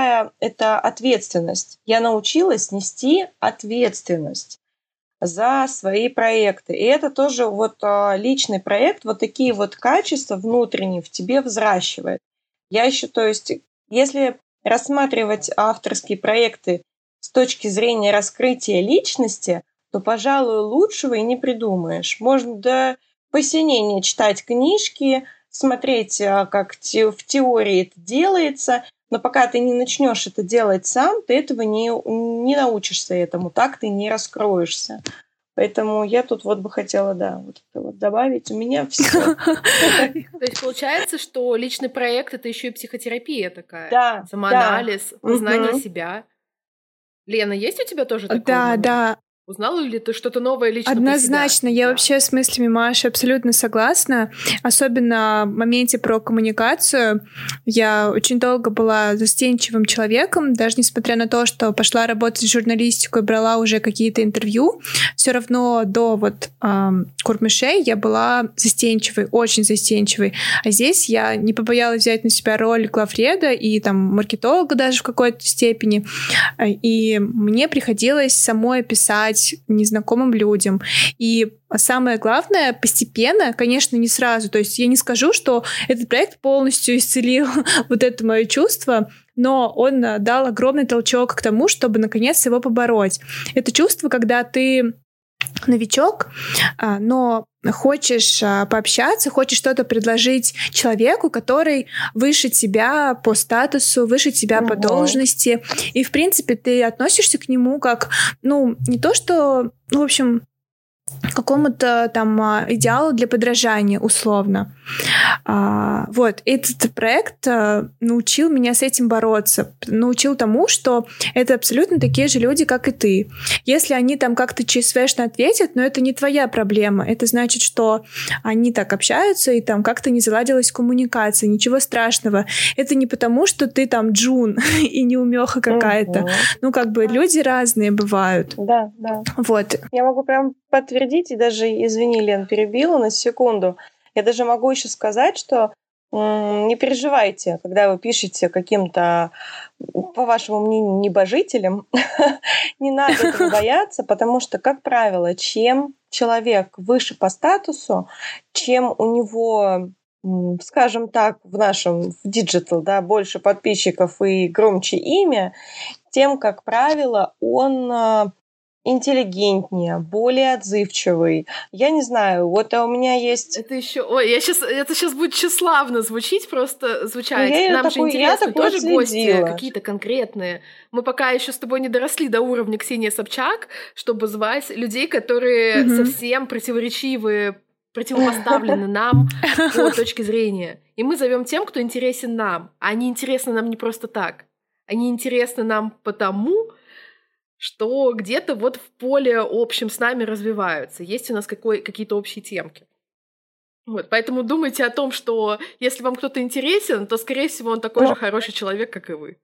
ответственность. Я научилась нести ответственность за свои проекты. И это тоже вот личный проект, вот такие вот качества внутренние в тебе взращивает. Я еще, то есть, если рассматривать авторские проекты с точки зрения раскрытия личности, то, пожалуй, лучшего и не придумаешь. Можно до посинения читать книжки, смотреть, как в теории это делается, но пока ты не начнешь это делать сам, ты этого не научишься этому, так ты не раскроешься. Поэтому я тут вот бы хотела, вот это вот добавить. У меня все. То есть получается, что личный проект — это еще и психотерапия такая. Да. Самоанализ, познание себя. Лена, есть у тебя тоже такое? Да. Узнала ли ты что-то новое лично Однозначно. про себя? Я вообще с мыслями Маши абсолютно согласна. Особенно в моменте про коммуникацию. Я очень долго была застенчивым человеком, даже несмотря на то, что пошла работать в журналистику и брала уже какие-то интервью. Все равно до Курмышей я была застенчивой, очень застенчивой. А здесь я не побоялась взять на себя роль главреда и там маркетолога даже в какой-то степени. И мне приходилось самой писать незнакомым людям. И самое главное, постепенно, конечно, не сразу. То есть я не скажу, что этот проект полностью исцелил вот это мое чувство, но он дал огромный толчок к тому, чтобы наконец его побороть. Это чувство, когда ты новичок, но хочешь пообщаться, хочешь что-то предложить человеку, который выше тебя по статусу, выше тебя по должности. И, в принципе, ты относишься к нему как, не то что, в общем, к какому-то там идеалу для подражания, условно. Вот. Этот проект научил меня с этим бороться. Научил тому, что это абсолютно такие же люди, как и ты. Если они там как-то ЧСВшно ответят, но это не твоя проблема. Это значит, что они так общаются, и там как-то не заладилась коммуникация. Ничего страшного. Это не потому, что ты там джун и неумеха какая-то. Люди разные бывают. Да. Вот. Я могу прям подтвердить, и даже, извини, Лен, перебила на секунду. Я даже могу еще сказать, что не переживайте, когда вы пишете каким-то, по вашему мнению, небожителям, не надо этого бояться, потому что, как правило, чем человек выше по статусу, чем у него, скажем так, в диджитал, больше подписчиков и громче имя, тем, как правило, он интеллигентнее, более отзывчивый. Я не знаю, вот у меня есть... Это еще... это сейчас будет тщеславно звучать. Нам же интересно тоже гости какие-то конкретные. Мы пока еще с тобой не доросли до уровня Ксении Собчак, чтобы звать людей, которые совсем противоречивые, противопоставлены нам по точке зрения. И мы зовем тем, кто интересен нам. А они интересны нам не просто так. Они интересны нам потому, что где-то вот в поле общем с нами развиваются. Есть у нас какие-то общие темки. Вот, поэтому думайте о том, что если вам кто-то интересен, то, скорее всего, он такой же хороший человек, как и вы.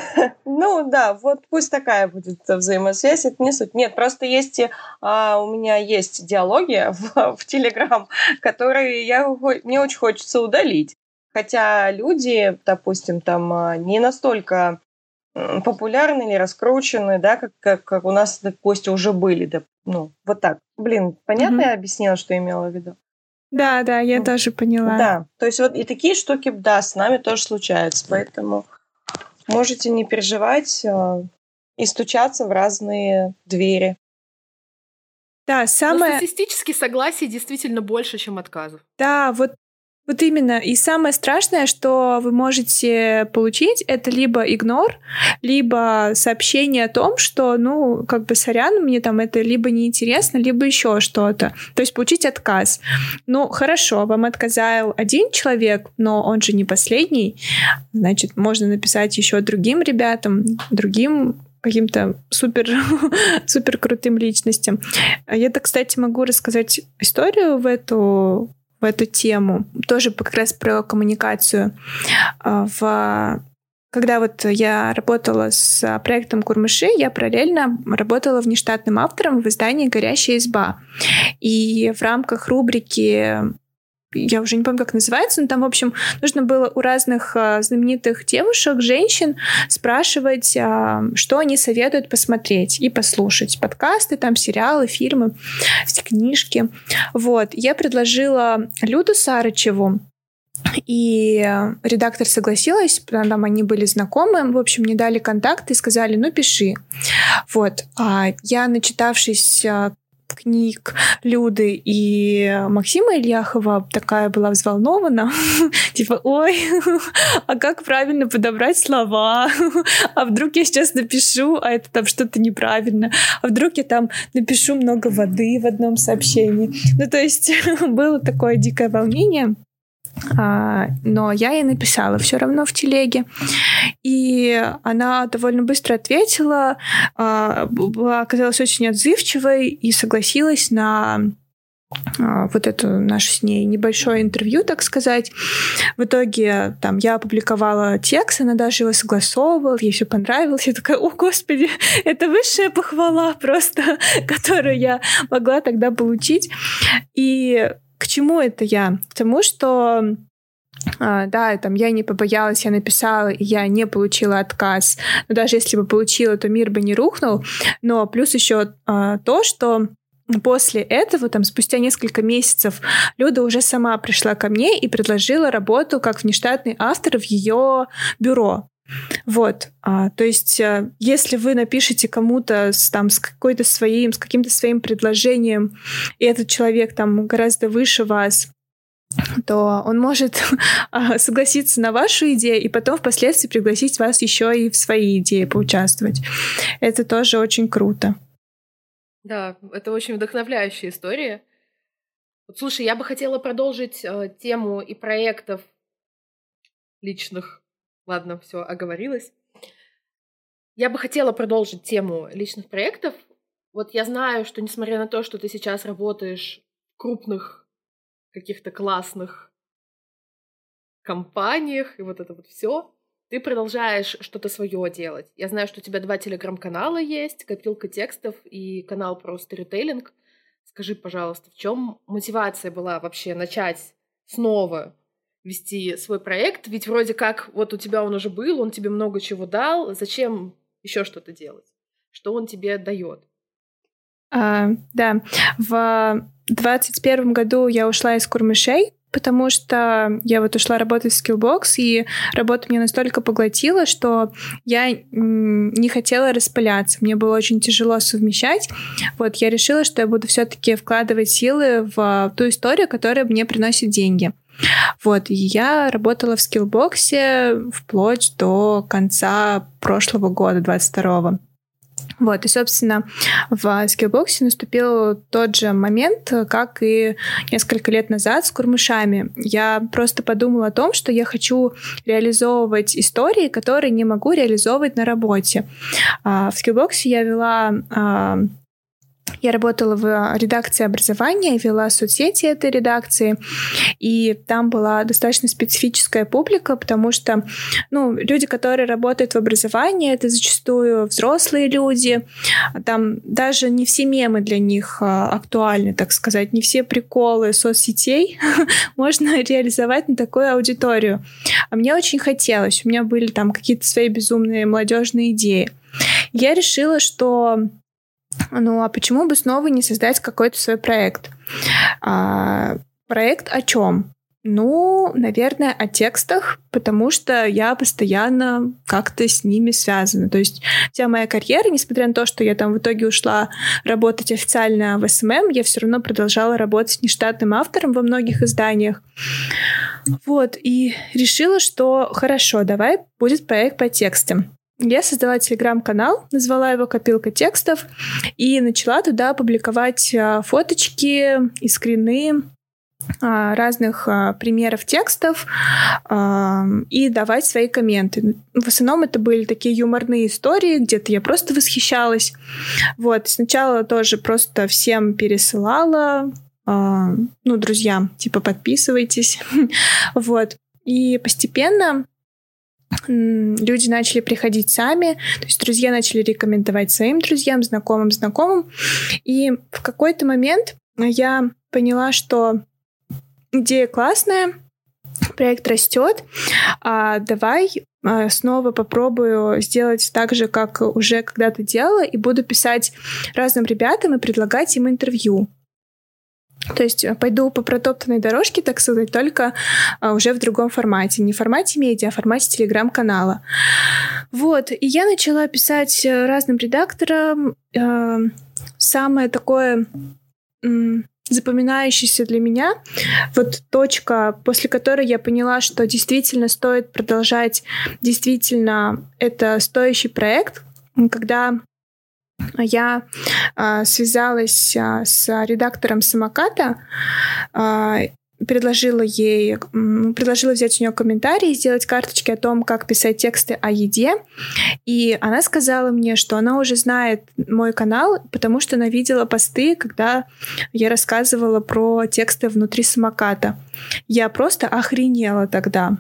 Вот пусть такая будет взаимосвязь, это не суть. Нет, просто есть у меня есть диалоги в Telegram, которые мне очень хочется удалить. Хотя люди, допустим, там не настолько популярны или раскручены, как у нас гости уже были, Вот так. Блин, понятно я объяснила, что имела в виду? Да, я тоже поняла. Да, то есть вот и такие штуки, да, с нами тоже случаются, поэтому можете не переживать и стучаться в разные двери. Да, Но статистически согласий действительно больше, чем отказов. Да, вот именно. И самое страшное, что вы можете получить, это либо игнор, либо сообщение о том, что, сорян, мне там это либо неинтересно, либо еще что-то. То есть получить отказ. Хорошо, вам отказал один человек, но он же не последний. Значит, можно написать еще другим ребятам, другим каким-то супер крутым личностям. Я-то, кстати, могу рассказать историю в эту тему, тоже как раз про коммуникацию. Когда вот я работала с проектом Курмыши, я параллельно работала внештатным автором в издании «Горящая изба». И в рамках рубрики, я уже не помню, как называется, но там, в общем, нужно было у разных знаменитых девушек, женщин спрашивать, что они советуют посмотреть и послушать. Подкасты, там, сериалы, фильмы, книжки. Вот. Я предложила Люду Сарычеву, и редактор согласилась, там они были знакомы, в общем, мне дали контакт и сказали, пиши. Вот. А я, начитавшись книг Люды и Максима Ильяхова, такая была взволнована. Типа, ой, а как правильно подобрать слова? А вдруг я сейчас напишу, а это там что-то неправильно? А вдруг я там напишу много воды в одном сообщении? То есть было такое дикое волнение. Но я ей написала все равно в телеге. И она довольно быстро ответила, оказалась очень отзывчивой и согласилась на вот это наше с ней небольшое интервью, так сказать. В итоге там я опубликовала текст, она даже его согласовывала, ей все понравилось. Я такая, о, господи, это высшая похвала просто, которую я могла тогда получить. И к чему это я? К тому, что я не побоялась, я написала, и я не получила отказ. Но даже если бы получила, то мир бы не рухнул. Но плюс еще то, что после этого, спустя несколько месяцев, Люда уже сама пришла ко мне и предложила работу как внештатный автор в ее бюро. Вот. То есть, если вы напишете кому-то с каким-то своим предложением, и этот человек гораздо выше вас, то он может согласиться на вашу идею и потом впоследствии пригласить вас еще и в свои идеи поучаствовать. Это тоже очень круто. Да, это очень вдохновляющая история. Вот, слушай, я бы хотела продолжить тему и проектов личных. Ладно, все, оговорилась. Я бы хотела продолжить тему личных проектов. Вот я знаю, что несмотря на то, что ты сейчас работаешь в крупных каких-то классных компаниях и вот это вот все, ты продолжаешь что-то свое делать. Я знаю, что у тебя 2 телеграм-канала есть, «Копилка текстов» и канал про сторителлинг. Скажи, пожалуйста, в чем мотивация была вообще начать снова вести свой проект? Ведь вроде как вот у тебя он уже был, он тебе много чего дал. Зачем еще что-то делать? Что он тебе дает? Да, в 2021 году я ушла из Курмышей, потому что я вот ушла работать в Skillbox, и работа меня настолько поглотила, что я не хотела распыляться. Мне было очень тяжело совмещать. Вот я решила, что я буду все-таки вкладывать силы в ту историю, которая мне приносит деньги. Вот, и я работала в Skillbox вплоть до конца прошлого года, 22-го. Вот, и, собственно, в Skillbox наступил тот же момент, как и несколько лет назад с Курмышами. Я просто подумала о том, что я хочу реализовывать истории, которые не могу реализовывать на работе. В Skillbox я работала в редакции образования, вела соцсети этой редакции, и там была достаточно специфическая публика, потому что, люди, которые работают в образовании, это зачастую взрослые люди, там даже не все мемы для них актуальны, так сказать, не все приколы соцсетей можно реализовать на такую аудиторию. А мне очень хотелось, у меня были там какие-то свои безумные молодежные идеи. Я решила, что Ну, а почему бы снова не создать какой-то свой проект? Проект о чем? Ну, наверное, о текстах, потому что я постоянно как-то с ними связана. То есть вся моя карьера, несмотря на то, что я там в итоге ушла работать официально в СММ, я все равно продолжала работать нештатным автором во многих изданиях. Вот, и решила, что хорошо, давай будет проект по текстам. Я создала телеграм-канал, назвала его «Копилка текстов» и начала туда публиковать фоточки и скрины разных примеров текстов и давать свои комменты. В основном это были такие юморные истории, где-то я просто восхищалась. Вот. Сначала тоже просто всем пересылала, друзьям, типа подписывайтесь. Вот. И постепенно люди начали приходить сами, то есть друзья начали рекомендовать своим друзьям, знакомым. И в какой-то момент я поняла, что идея классная, проект растет, давай снова попробую сделать так же, как уже когда-то делала, и буду писать разным ребятам и предлагать им интервью. То есть пойду по протоптанной дорожке, так сказать, только уже в другом формате. Не в формате медиа, а в формате телеграм-канала. Вот. И я начала писать разным редакторам. Самое такое запоминающаяся для меня вот точка, после которой я поняла, что действительно стоит продолжать, действительно это стоящий проект, когда я связалась с редактором «Самоката», предложила взять у нее комментарии и сделать карточки о том, как писать тексты о еде. И она сказала мне, что она уже знает мой канал, потому что она видела посты, когда я рассказывала про тексты внутри «Самоката». Я просто охренела тогда.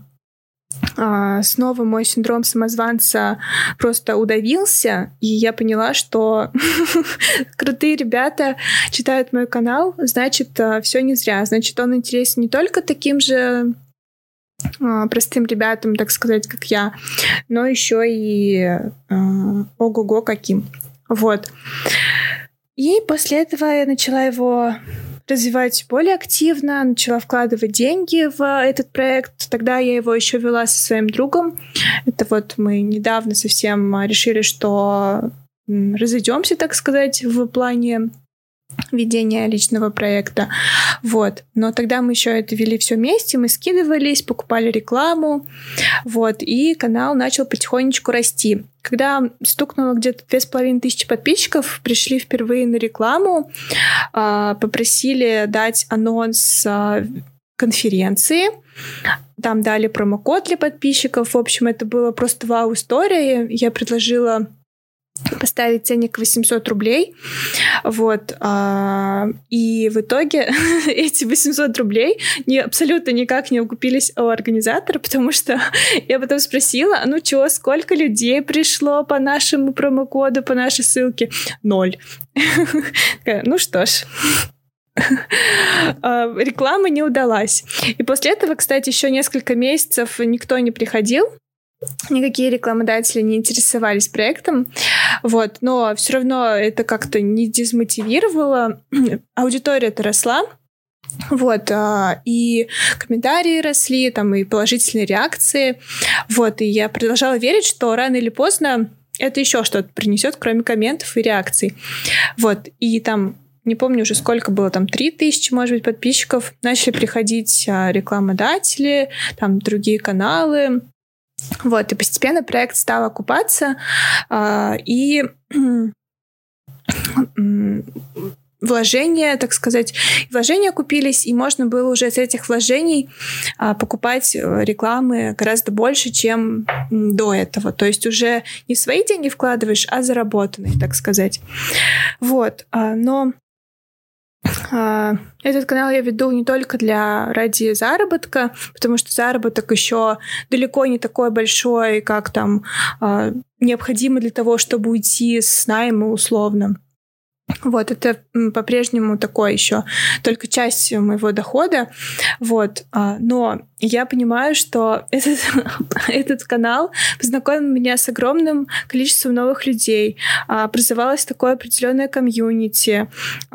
Снова мой синдром самозванца просто удавился, и я поняла, что крутые ребята читают мой канал, значит, все не зря. Значит, он интересен не только таким же простым ребятам, так сказать, как я, но еще и ого-го каким. Вот. И после этого я начала его развивать более активно, начала вкладывать деньги в этот проект. Тогда я его еще вела со своим другом. Это вот мы недавно совсем решили, что разойдемся, так сказать, в плане ведения личного проекта. Вот. Но тогда мы еще это вели все вместе, мы скидывались, покупали рекламу, вот, и канал начал потихонечку расти. Когда стукнуло где-то 2500 подписчиков, пришли впервые на рекламу, попросили дать анонс конференции, там дали промокод для подписчиков. В общем, это было просто вау-история. Я предложила поставить ценник 800 рублей. Вот. И в итоге эти 800 рублей абсолютно никак не окупились у организатора, потому что я потом спросила, сколько людей пришло по нашему промокоду, по нашей ссылке? 0. Ну что ж. Реклама не удалась. И после этого, кстати, еще несколько месяцев никто не приходил. Никакие рекламодатели не интересовались проектом, вот, но все равно это как-то не дезмотивировало. Аудитория-то росла, вот, и комментарии росли, там, и положительные реакции, вот, и я продолжала верить, что рано или поздно это еще что-то принесет, кроме комментов и реакций, вот, и там не помню уже сколько было, там 3000, может быть, подписчиков, начали приходить рекламодатели, там другие каналы. Вот, и постепенно проект стал окупаться, и вложения, так сказать, окупились, и можно было уже с этих вложений покупать рекламы гораздо больше, чем до этого. То есть уже не свои деньги вкладываешь, а заработанные, так сказать. Вот, но этот канал я веду не только ради заработка, потому что заработок еще далеко не такой большой, как там необходимо для того, чтобы уйти с найма условно. Вот, это по-прежнему такое еще только часть моего дохода. Вот. Но я понимаю, что этот канал познакомил меня с огромным количеством новых людей. Образовалось такое определенное комьюнити.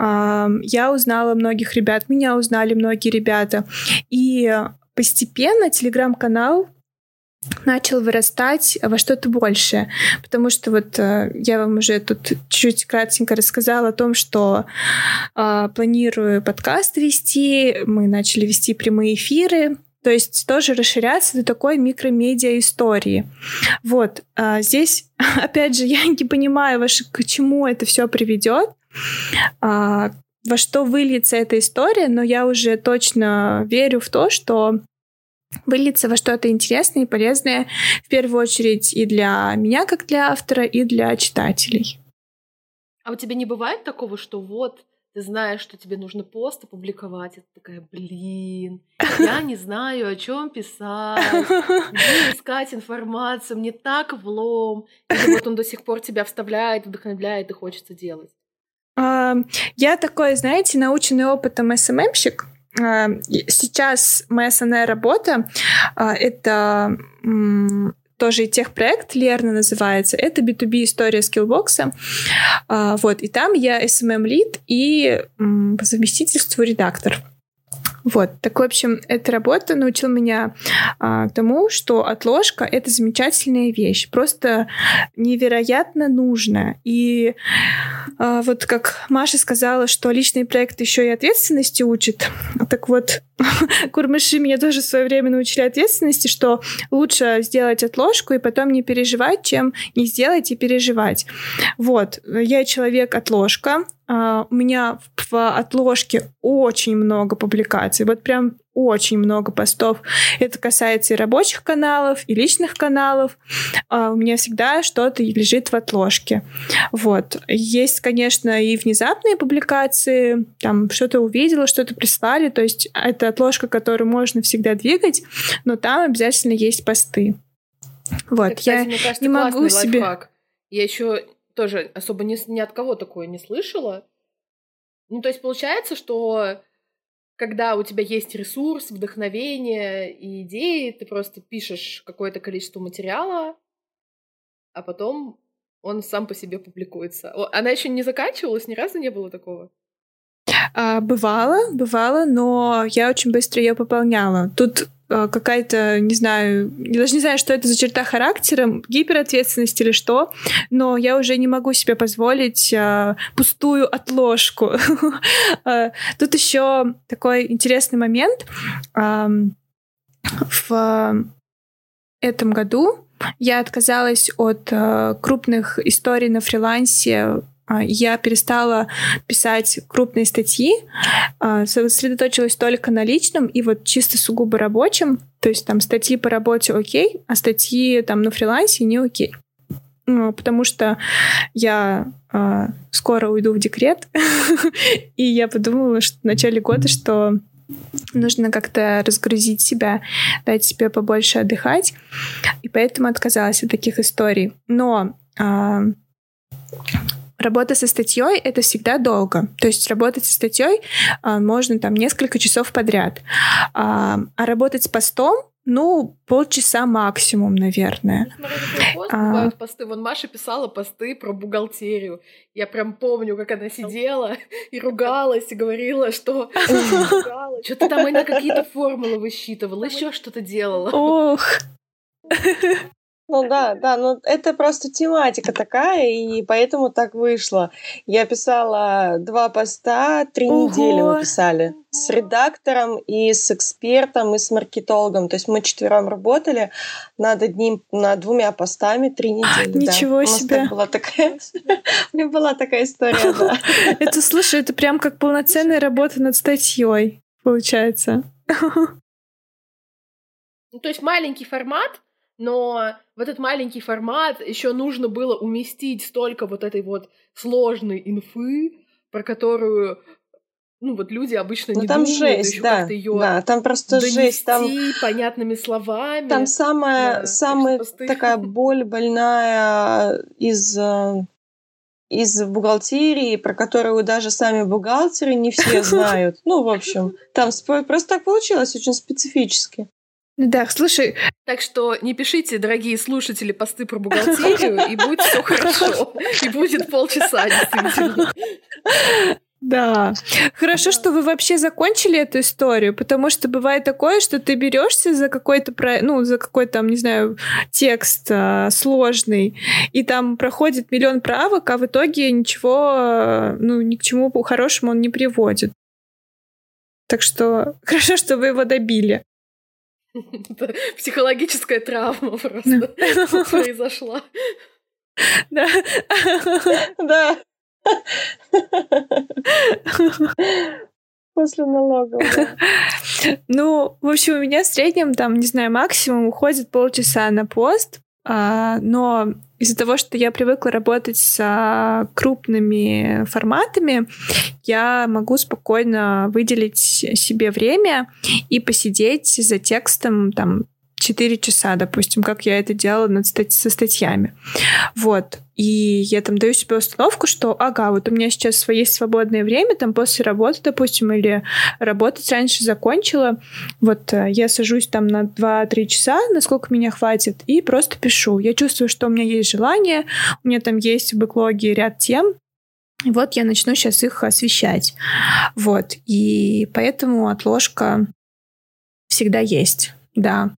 Я узнала многих ребят, меня узнали многие ребята. И постепенно телеграм-канал начал вырастать во что-то большее. Потому что вот я вам уже тут чуть кратенько рассказала о том, что планирую подкаст вести, мы начали вести прямые эфиры, то есть тоже расширяться до такой микромедиа истории. Вот. Здесь, опять же, я не понимаю, к чему это все приведет, во что выльется эта история, но я уже точно верю в то, что выльется во что-то интересное и полезное, в первую очередь и для меня, как для автора, и для читателей. А у тебя не бывает такого, что вот ты знаешь, что тебе нужно пост опубликовать, и ты такая, блин, я не знаю, о чем писать, где искать информацию, мне так влом. Или вот он до сих пор тебя вставляет, вдохновляет и хочется делать. Я такой, знаете, наученный опытом СММщик. Сейчас моя основная работа — это тоже техпроект, Лерна называется. Это B2B история скиллбокса. Вот, и там я SMM-лид и по совместительству редактор. Вот, так, в общем, эта работа научила меня тому, что отложка — это замечательная вещь, просто невероятно нужная. И вот как Маша сказала, что личный проект еще и ответственности учит, так вот, курмыши меня тоже в свое время научили ответственности, что лучше сделать отложку и потом не переживать, чем не сделать и переживать. Вот, я человек-отложка. У меня в отложке очень много публикаций, вот прям очень много постов. Это касается и рабочих каналов, и личных каналов. У меня всегда что-то лежит в отложке. Вот. Есть, конечно, и внезапные публикации, там что-то увидела, что-то прислали, то есть это отложка, которую можно всегда двигать, но там обязательно есть посты. Вот. Это, кстати, я мне кажется, не могу себе... лайфхак. Я еще тоже особо ни от кого такое не слышала. Ну, то есть получается, что когда у тебя есть ресурс, вдохновение и идеи, ты просто пишешь какое-то количество материала, а потом он сам по себе публикуется. Она еще не заканчивалась, ни разу не было такого? Бывало, но я очень быстро ее пополняла. Тут какая-то, не знаю, я даже не знаю, что это за черта характера, гиперответственность или что, но я уже не могу себе позволить пустую отложку. Тут еще такой интересный момент. В этом году я отказалась от крупных историй на фрилансе. Я перестала писать крупные статьи, сосредоточилась только на личном и вот чисто сугубо рабочем. То есть там статьи по работе окей, а статьи там на фрилансе не окей. Потому что я скоро уйду в декрет, и я подумала, что в начале года, что нужно как-то разгрузить себя, дать себе побольше отдыхать, и поэтому отказалась от таких историй. Но работа со статьей — это всегда долго. То есть работать со статьей можно там несколько часов подряд. А работать с постом, полчаса максимум, наверное. Смотри, какой пост, бывают посты. Вон Маша писала посты про бухгалтерию. Я прям помню, как она сидела и ругалась, и говорила, что что-то там она какие-то формулы высчитывала, еще что-то делала. Ох! Ну да, но это просто тематика такая, и поэтому так вышло. Я писала 2 поста, 3 недели мы писали. С редактором, и с экспертом, и с маркетологом. То есть мы 4 работали над 2 постами 3 недели. Ничего себе! У меня была такая история, да. Это, слушай, это прям как полноценная работа над статьей, получается. Ну, то есть маленький формат, но в этот маленький формат еще нужно было уместить столько вот этой вот сложной инфы, про которую, люди обычно не там думают, жесть, еще да, как-то ее да, там просто жесть, там понятными словами. Там самая такая боль больная из из бухгалтерии, про которую даже сами бухгалтеры не все знают. Ну, в общем, там просто так получилось, очень специфически. Да, слушай. Так что не пишите, дорогие слушатели, посты про бухгалтерию, и будет все хорошо. И будет полчаса, действительно. Да. Хорошо, что вы вообще закончили эту историю, потому что бывает такое, что ты берешься за какой-то, за какой-то, там, не знаю, текст сложный, и там проходит миллион правок, а в итоге ничего, ни к чему хорошему он не приводит. Так что хорошо, что вы его добили. Психологическая травма просто произошла. Да. Да. После налогов. Ну, в общем, у меня в среднем, там, не знаю, максимум уходит полчаса на пост, но из-за того, что я привыкла работать с крупными форматами, я могу спокойно выделить себе время и посидеть за текстом там 4 часа, допустим, как я это делала со статьями. Вот. И я там даю себе установку, что, вот у меня сейчас есть свободное время, там после работы, допустим, или работать раньше закончила. Вот я сажусь там на 2-3 часа, насколько меня хватит, и просто пишу. Я чувствую, что у меня есть желание, у меня там есть в бэклоге ряд тем, и вот я начну сейчас их освещать. Вот. И поэтому отложка всегда есть. Да.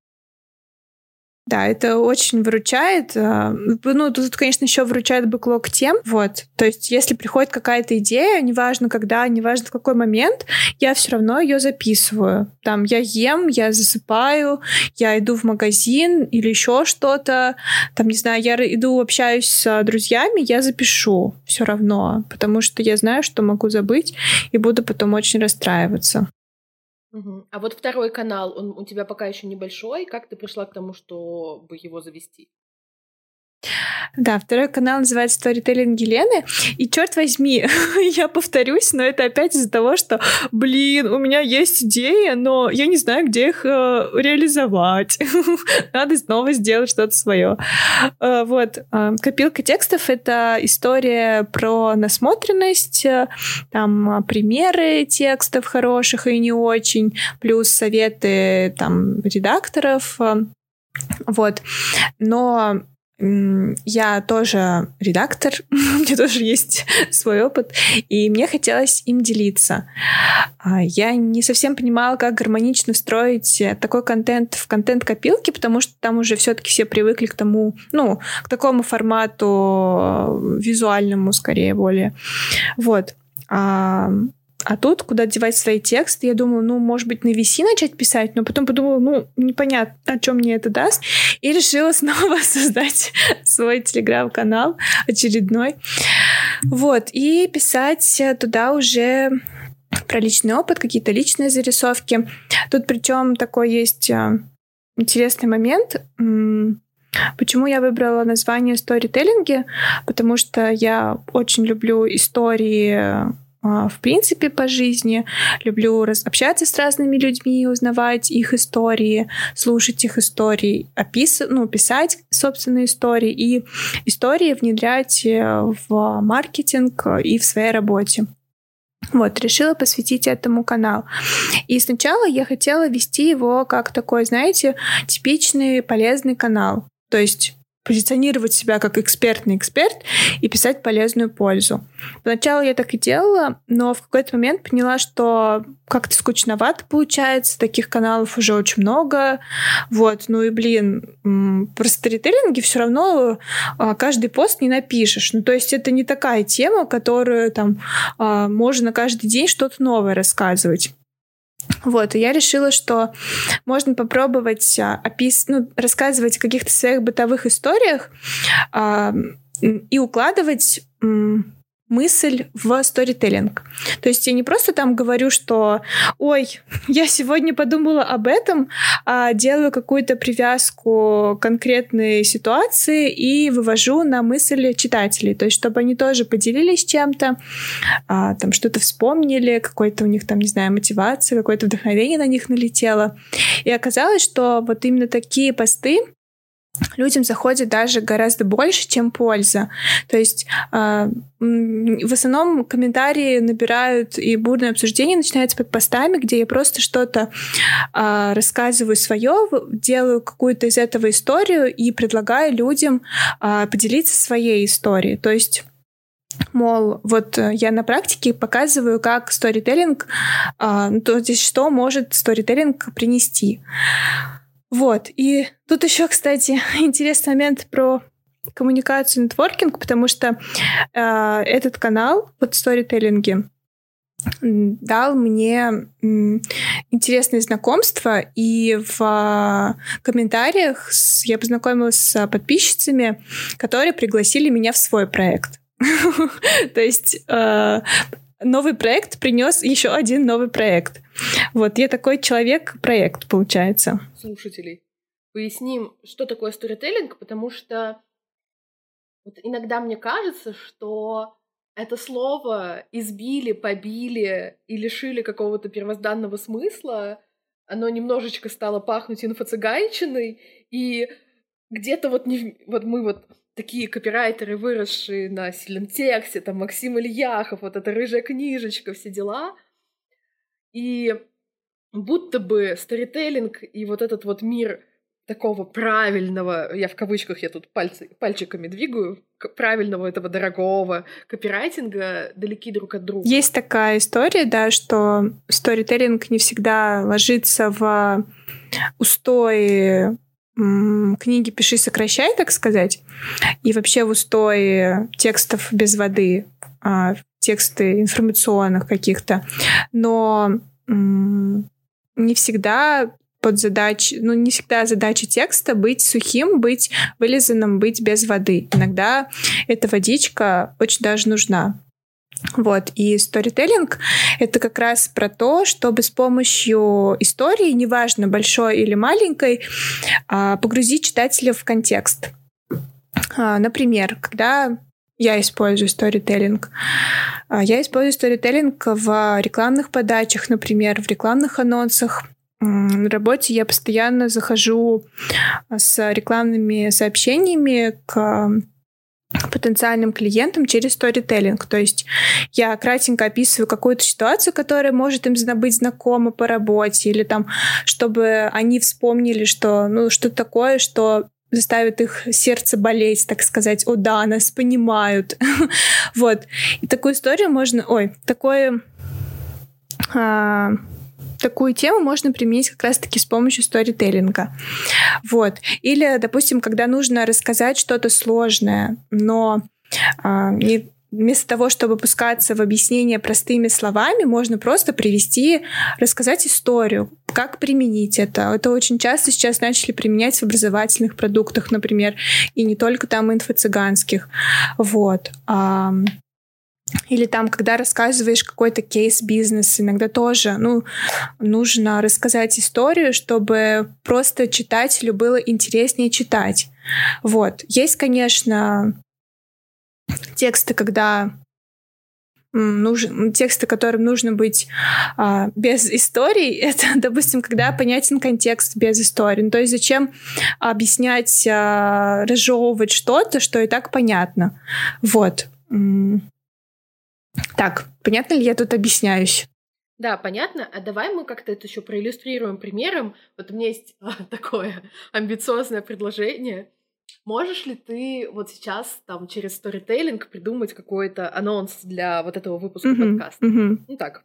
Да, это очень выручает. Тут, конечно, еще выручает бэклог тем. Вот. То есть, если приходит какая-то идея, неважно когда, неважно в какой момент, я все равно ее записываю. Там я ем, я засыпаю, я иду в магазин или еще что-то. Там, не знаю, я иду, общаюсь с друзьями, я запишу все равно, потому что я знаю, что могу забыть и буду потом очень расстраиваться. А вот второй канал, он у тебя пока еще небольшой. Как ты пришла к тому, чтобы его завести? Да, второй канал называется «Сторителлинг Елены». И, черт возьми, я повторюсь, но это опять из-за того, что, у меня есть идеи, но я не знаю, где их реализовать. Надо снова сделать что-то свое. Вот. Копилка текстов — это история про насмотренность, там примеры текстов хороших и не очень, плюс советы там редакторов. Вот. Но я тоже редактор, у меня тоже есть свой опыт, и мне хотелось им делиться. Я не совсем понимала, как гармонично встроить такой контент в контент-копилки, потому что там уже все-таки все привыкли к тому, к такому формату визуальному, скорее, более. Вот. А тут, куда девать свои тексты, я думаю, может быть, на VC начать писать, но потом подумала, непонятно, о чем мне это даст, и решила снова создать свой телеграм-канал очередной. Вот, и писать туда уже про личный опыт, какие-то личные зарисовки. Тут причем такой есть интересный момент. Почему я выбрала название «Сторителлинги»? Потому что я очень люблю истории в принципе по жизни. Люблю общаться с разными людьми, узнавать их истории, слушать их истории, писать собственные истории и истории внедрять в маркетинг и в своей работе. Вот, решила посвятить этому канал. И сначала я хотела вести его как такой, знаете, типичный полезный канал. То есть позиционировать себя как экспертный эксперт и писать полезную пользу. Поначалу я так и делала, но в какой-то момент поняла, что как-то скучновато получается, таких каналов уже очень много. Вот, про сторителлинги все равно каждый пост не напишешь. То есть это не такая тема, которую там можно каждый день что-то новое рассказывать. Вот, и я решила, что можно попробовать рассказывать о каких-то своих бытовых историях и укладывать мысль в сторителлинг. То есть я не просто там говорю, что я сегодня подумала об этом, а делаю какую-то привязку к конкретной ситуации и вывожу на мысль читателей. То есть чтобы они тоже поделились чем-то, там что-то вспомнили, какой-то у них там, не знаю, мотивация, какое-то вдохновение на них налетело. И оказалось, что вот именно такие посты людям заходит даже гораздо больше, чем польза. То есть в основном комментарии набирают и бурное обсуждение начинается под постами, где я просто что-то рассказываю свое, делаю какую-то из этого историю и предлагаю людям поделиться своей историей. То есть мол, вот я на практике показываю, как сторителлинг, то есть что может сторителлинг принести. Вот. И тут еще, кстати, интересный момент про коммуникацию, нетворкинг, потому что этот канал, вот сторителлинги, дал мне интересные знакомства, и в комментариях я познакомилась с подписчицами, которые пригласили меня в свой проект. То есть новый проект принес еще один новый проект. Вот, я такой человек-проект, получается. Слушателей. Поясним, что такое сторителлинг, потому что вот иногда мне кажется, что это слово избили, побили и лишили какого-то первозданного смысла. Оно немножечко стало пахнуть инфо-цыганщиной, и где-то вот мы вот такие копирайтеры, выросшие на сильном тексте, там Максим Ильяхов, вот эта рыжая книжечка, все дела. И будто бы сторителлинг и вот этот вот мир такого правильного, я в кавычках, я тут пальчиками двигаю, правильного этого дорогого копирайтинга далеки друг от друга. Есть такая история, да, что сторителлинг не всегда ложится в устои книги «Пиши, сокращай», так сказать, и вообще в устои текстов без воды, тексты информационных каких-то, но не всегда не всегда задача текста быть сухим, быть вылизанным, быть без воды. Иногда эта водичка очень даже нужна. Вот. И сторителлинг — это как раз про то, чтобы с помощью истории, неважно, большой или маленькой, погрузить читателя в контекст. Например, когда я использую сторителлинг. Я использую сторителлинг в рекламных подачах, например, в рекламных анонсах. На работе я постоянно захожу с рекламными сообщениями к потенциальным клиентам через сторителлинг. То есть я кратенько описываю какую-то ситуацию, которая может им быть знакома по работе, или там, чтобы они вспомнили, что что-то такое, что заставит их сердце болеть, так сказать. О да, нас понимают. Вот. И такую историю можно... Такую тему можно применить как раз-таки с помощью сторителлинга. Вот. Или, допустим, когда нужно рассказать что-то сложное, но вместо того, чтобы пускаться в объяснение простыми словами, можно просто рассказать историю, как применить это. Это очень часто сейчас начали применять в образовательных продуктах, например, и не только там инфо-цыганских. Вот. Или там, когда рассказываешь какой-то кейс бизнеса, иногда тоже нужно рассказать историю, чтобы просто читателю было интереснее читать. Вот. Есть, конечно, тексты, которым нужно быть без историй. Это, допустим, когда понятен контекст без истории. То есть зачем объяснять, разжевывать что-то, что и так понятно. Вот. Так, понятно ли я тут объясняюсь? Да, понятно. А давай мы как-то это еще проиллюстрируем примером. Вот у меня есть такое амбициозное предложение. Можешь ли ты вот сейчас там через сторителлинг придумать какой-то анонс для вот этого выпуска подкаста? Ну так.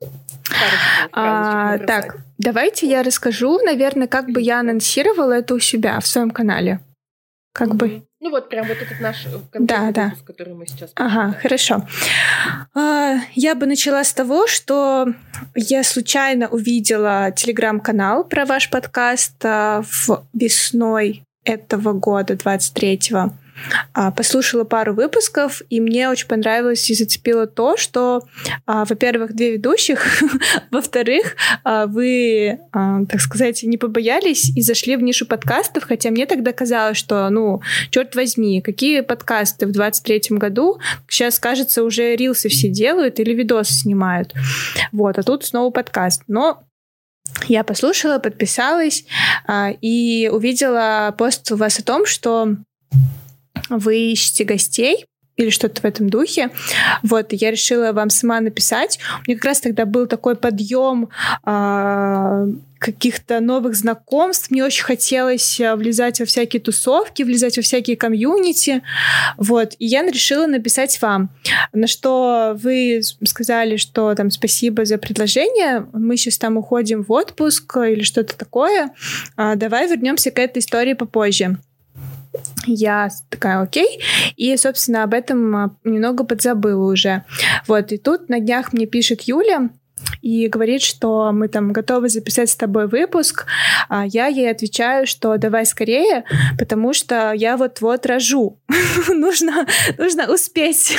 Так, давайте я расскажу, наверное, как бы я анонсировала это у себя в своем канале. Как бы. Ну вот прям вот этот наш контент, выпуск, который мы сейчас почитаем. Ага, хорошо. Я бы начала с того, что я случайно увидела телеграм-канал про ваш подкаст весной этого года, 23-го. Послушала пару выпусков, и мне очень понравилось и зацепило то, что, во-первых, 2 ведущих, во-вторых, вы, так сказать, не побоялись и зашли в нишу подкастов, хотя мне тогда казалось, что, черт возьми, какие подкасты в 23-м году, сейчас, кажется, уже рилсы все делают или видосы снимают. Вот, а тут снова подкаст. Но Я послушала, подписалась и увидела пост у вас о том, что вы ищете гостей или что-то в этом духе. Вот, и я решила вам сама написать. У меня как раз тогда был такой подъем каких-то новых знакомств. Мне очень хотелось влезать во всякие тусовки, влезать во всякие комьюнити. Вот, и я решила написать вам. На что вы сказали, что там спасибо за предложение, мы сейчас там уходим в отпуск или что-то такое. Давай вернемся к этой истории попозже. Я такая, окей. И, собственно, об этом немного подзабыла уже. Вот, и тут на днях мне пишет Юля и говорит, что мы там готовы записать с тобой выпуск. А я ей отвечаю, что давай скорее, потому что я вот-вот рожу. Нужно успеть.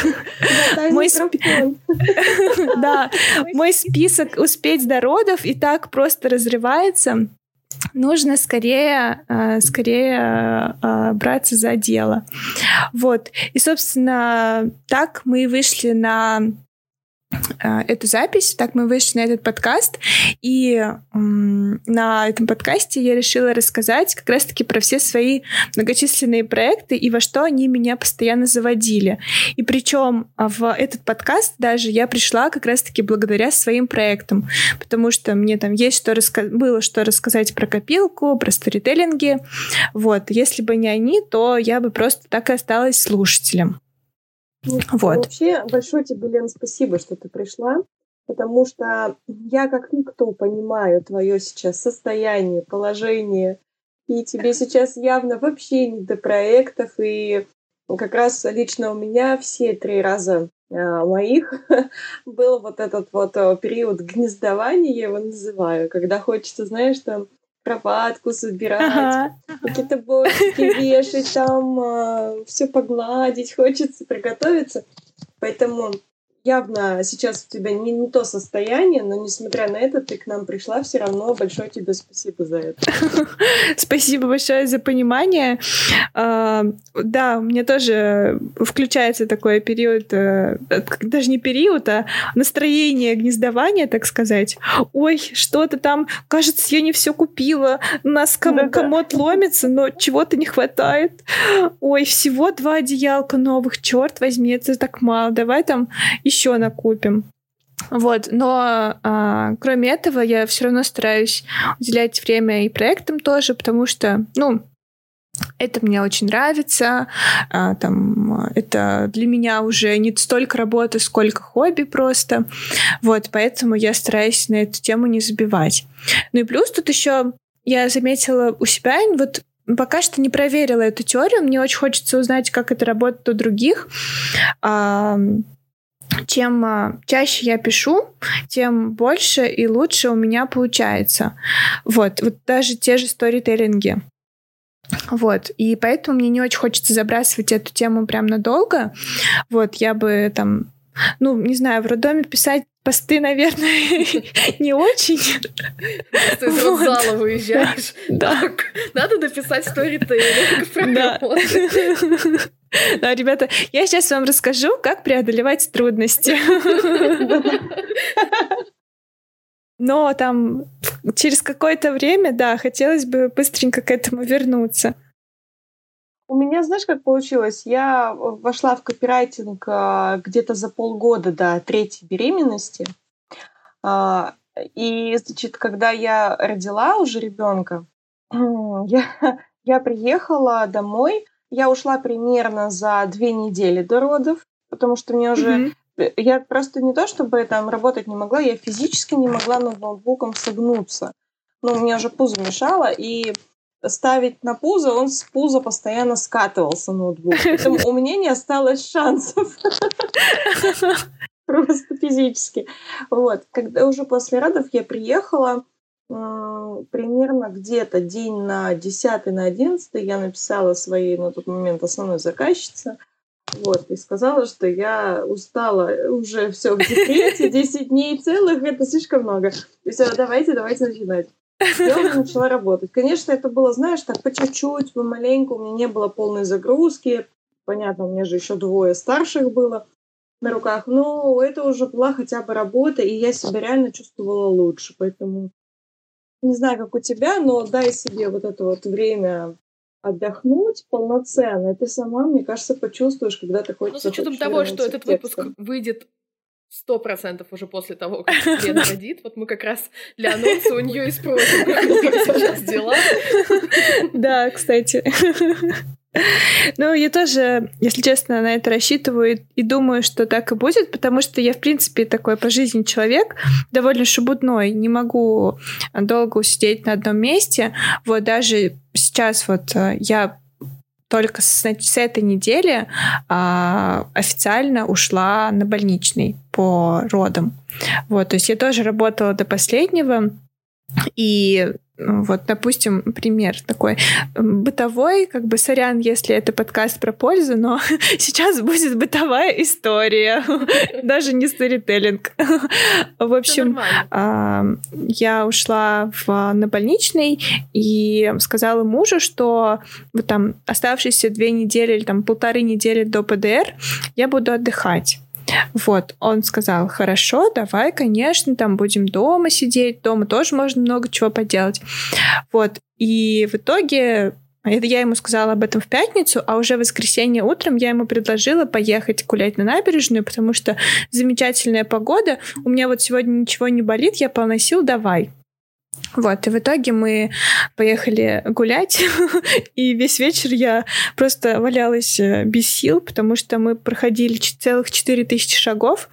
Мой список успеть до родов и так просто разрывается. Нужно скорее браться за дело. Вот. И, собственно, так мы вышли на эту запись, так мы вышли на этот подкаст, и на этом подкасте я решила рассказать как раз-таки про все свои многочисленные проекты и во что они меня постоянно заводили. И причем в этот подкаст даже я пришла как раз-таки благодаря своим проектам, потому что мне там есть было что рассказать про копилку, про сторителлинги. Вот. Если бы не они, то я бы просто так и осталась слушателем. Вот. Вообще, большое тебе, Лен, спасибо, что ты пришла, потому что я как никто понимаю твое сейчас состояние, положение, и тебе сейчас явно вообще не до проектов, и как раз лично у меня все 3 раза моих был вот этот вот период гнездования, я его называю, когда хочется, знаешь, там кроватку собирать, какие-то бортики вешать, там все погладить, хочется приготовиться. Поэтому явно сейчас у тебя не то состояние, но несмотря на это, ты к нам пришла, все равно большое тебе спасибо за это. Спасибо большое за понимание. Да, у меня тоже включается такой период, даже не период, а настроение гнездования, так сказать. Ой, что-то там, кажется, я не все купила, у нас комод ломится, но чего-то не хватает. Ой, всего 2 одеялка новых, черт возьми, это так мало, давай там еще накупим. Вот, но кроме этого я все равно стараюсь уделять время и проектам тоже, потому что, это мне очень нравится, это для меня уже не столько работа, сколько хобби просто, вот, поэтому я стараюсь на эту тему не забивать. Ну и плюс тут еще я заметила у себя, вот пока что не проверила эту теорию, мне очень хочется узнать, как это работает у других. Чем чаще я пишу, тем больше и лучше у меня получается. Вот даже те же сторителлинги. Вот, и поэтому мне не очень хочется забрасывать эту тему прям надолго. Вот, я бы там, не знаю, в роддоме писать посты, наверное, не очень. Ты из родзала выезжаешь. Так, надо написать сторителлинг. Да, ребята, я сейчас вам расскажу, как преодолевать трудности. Но там через какое-то время, да, хотелось бы быстренько к этому вернуться. У меня, знаешь, как получилось? Я вошла в копирайтинг где-то за полгода до 3-й беременности. И, значит, когда я родила уже ребенка, я приехала домой. Я ушла примерно за 2 недели до родов, потому что мне уже... Я просто не то, чтобы там работать не могла, я физически не могла над ноутбуком согнуться. У меня уже пузо мешало, и ставить на пузо, он с пуза постоянно скатывался ноутбук. Поэтому у меня не осталось шансов. Просто физически. Вот. Когда уже после родов я приехала, примерно где-то день на 10-й, на 11-й я написала своей на тот момент основной заказчице, вот, и сказала, что я устала уже все в декрете, 10 дней целых, это слишком много. И все, давайте начинать. Я уже начала работать. Конечно, это было, знаешь, так по чуть-чуть, помаленьку, у меня не было полной загрузки. Понятно, у меня же еще 2 старших было на руках, но это уже была хотя бы работа, и я себя реально чувствовала лучше, поэтому не знаю, как у тебя, но дай себе вот это вот время отдохнуть полноценно. И ты сама, мне кажется, почувствуешь, когда ты хочешь. Ну, с учетом того, что этот выпуск выйдет 100% уже после того, как Лена родит. Вот мы как раз для анонса у нее и спросим, как сейчас дела. Да, кстати. Ну, я тоже, если честно, на это рассчитываю и думаю, что так и будет, потому что я, в принципе, такой по жизни человек, довольно шебутной, не могу долго усидеть на одном месте. Вот даже сейчас вот я только с этой недели официально ушла на больничный по родам. Вот, то есть я тоже работала до последнего, и вот, допустим, пример такой бытовой, как бы, сорян, если это подкаст про пользу, но сейчас будет бытовая история, даже не сторителлинг. В общем, я ушла на больничный и сказала мужу, что вот там оставшиеся 2 недели или там 1,5 недели до ПДР я буду отдыхать. Вот, он сказал, хорошо, давай, конечно, там будем дома сидеть, дома тоже можно много чего поделать. Вот, и в итоге я ему сказала об этом в пятницу, а уже в воскресенье утром я ему предложила поехать гулять на набережную, потому что замечательная погода, у меня вот сегодня ничего не болит, я полна сил, давай. Вот, и в итоге мы поехали гулять, и весь вечер я просто валялась без сил, потому что мы проходили целых 4000 шагов,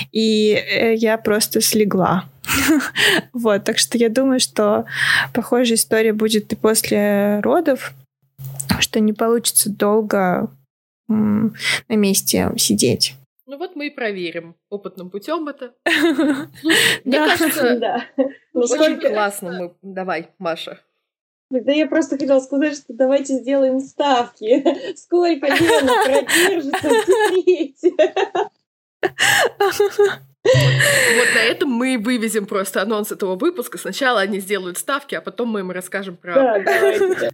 и я просто слегла. Вот, так что я думаю, что похожая история будет и после родов, что не получится долго на месте сидеть. Ну вот мы и проверим опытным путем это. Мне кажется, очень классно. Давай, Маша. Да я просто хотела сказать, что давайте сделаем ставки. Сколько Лена продержится в декрете? Вот на этом мы вывезем просто анонс этого выпуска. Сначала они сделают ставки, а потом мы им расскажем про... Да, давайте.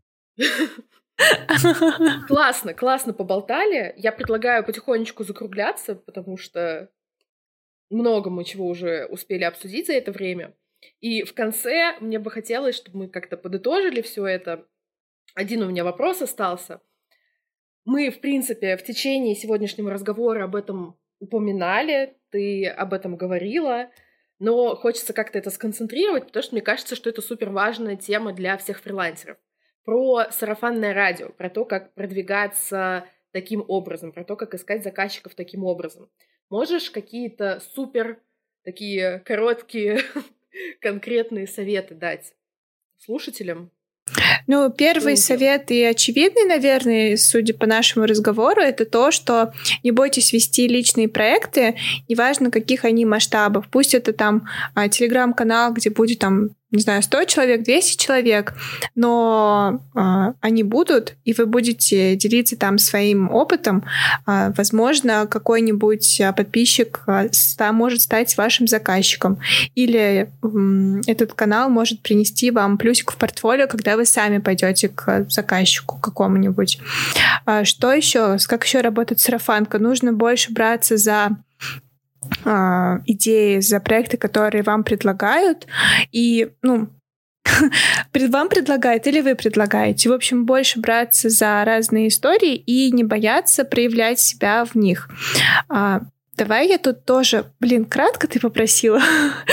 Классно поболтали. Я предлагаю потихонечку закругляться, потому что много мы чего уже успели обсудить за это время. И в конце мне бы хотелось, чтобы мы как-то подытожили все это. Один у меня вопрос остался. Мы, в принципе, в течение сегодняшнего разговора об этом упоминали, ты об этом говорила, но хочется как-то это сконцентрировать, потому что мне кажется, что это супер важная тема для всех фрилансеров. Про сарафанное радио, про то, как продвигаться таким образом, про то, как искать заказчиков таким образом. Можешь какие-то супер такие короткие конкретные советы дать слушателям? Ну, первый совет и очевидный, наверное, судя по нашему разговору, это то, что не бойтесь вести личные проекты, неважно, каких они масштабов. Пусть это там телеграм-канал, где будет там, не знаю, 100 человек, 200 человек, но они будут, и вы будете делиться там своим опытом. Возможно, какой-нибудь подписчик может стать вашим заказчиком. Или этот канал может принести вам плюсик в портфолио, когда вы сами пойдете к заказчику какому-нибудь. Что еще? Как еще работает сарафанка? Нужно больше браться за идеи, за проекты, которые вам предлагают. И, вам предлагают или вы предлагаете. В общем, больше браться за разные истории и не бояться проявлять себя в них. Давай я тут тоже, кратко ты попросила,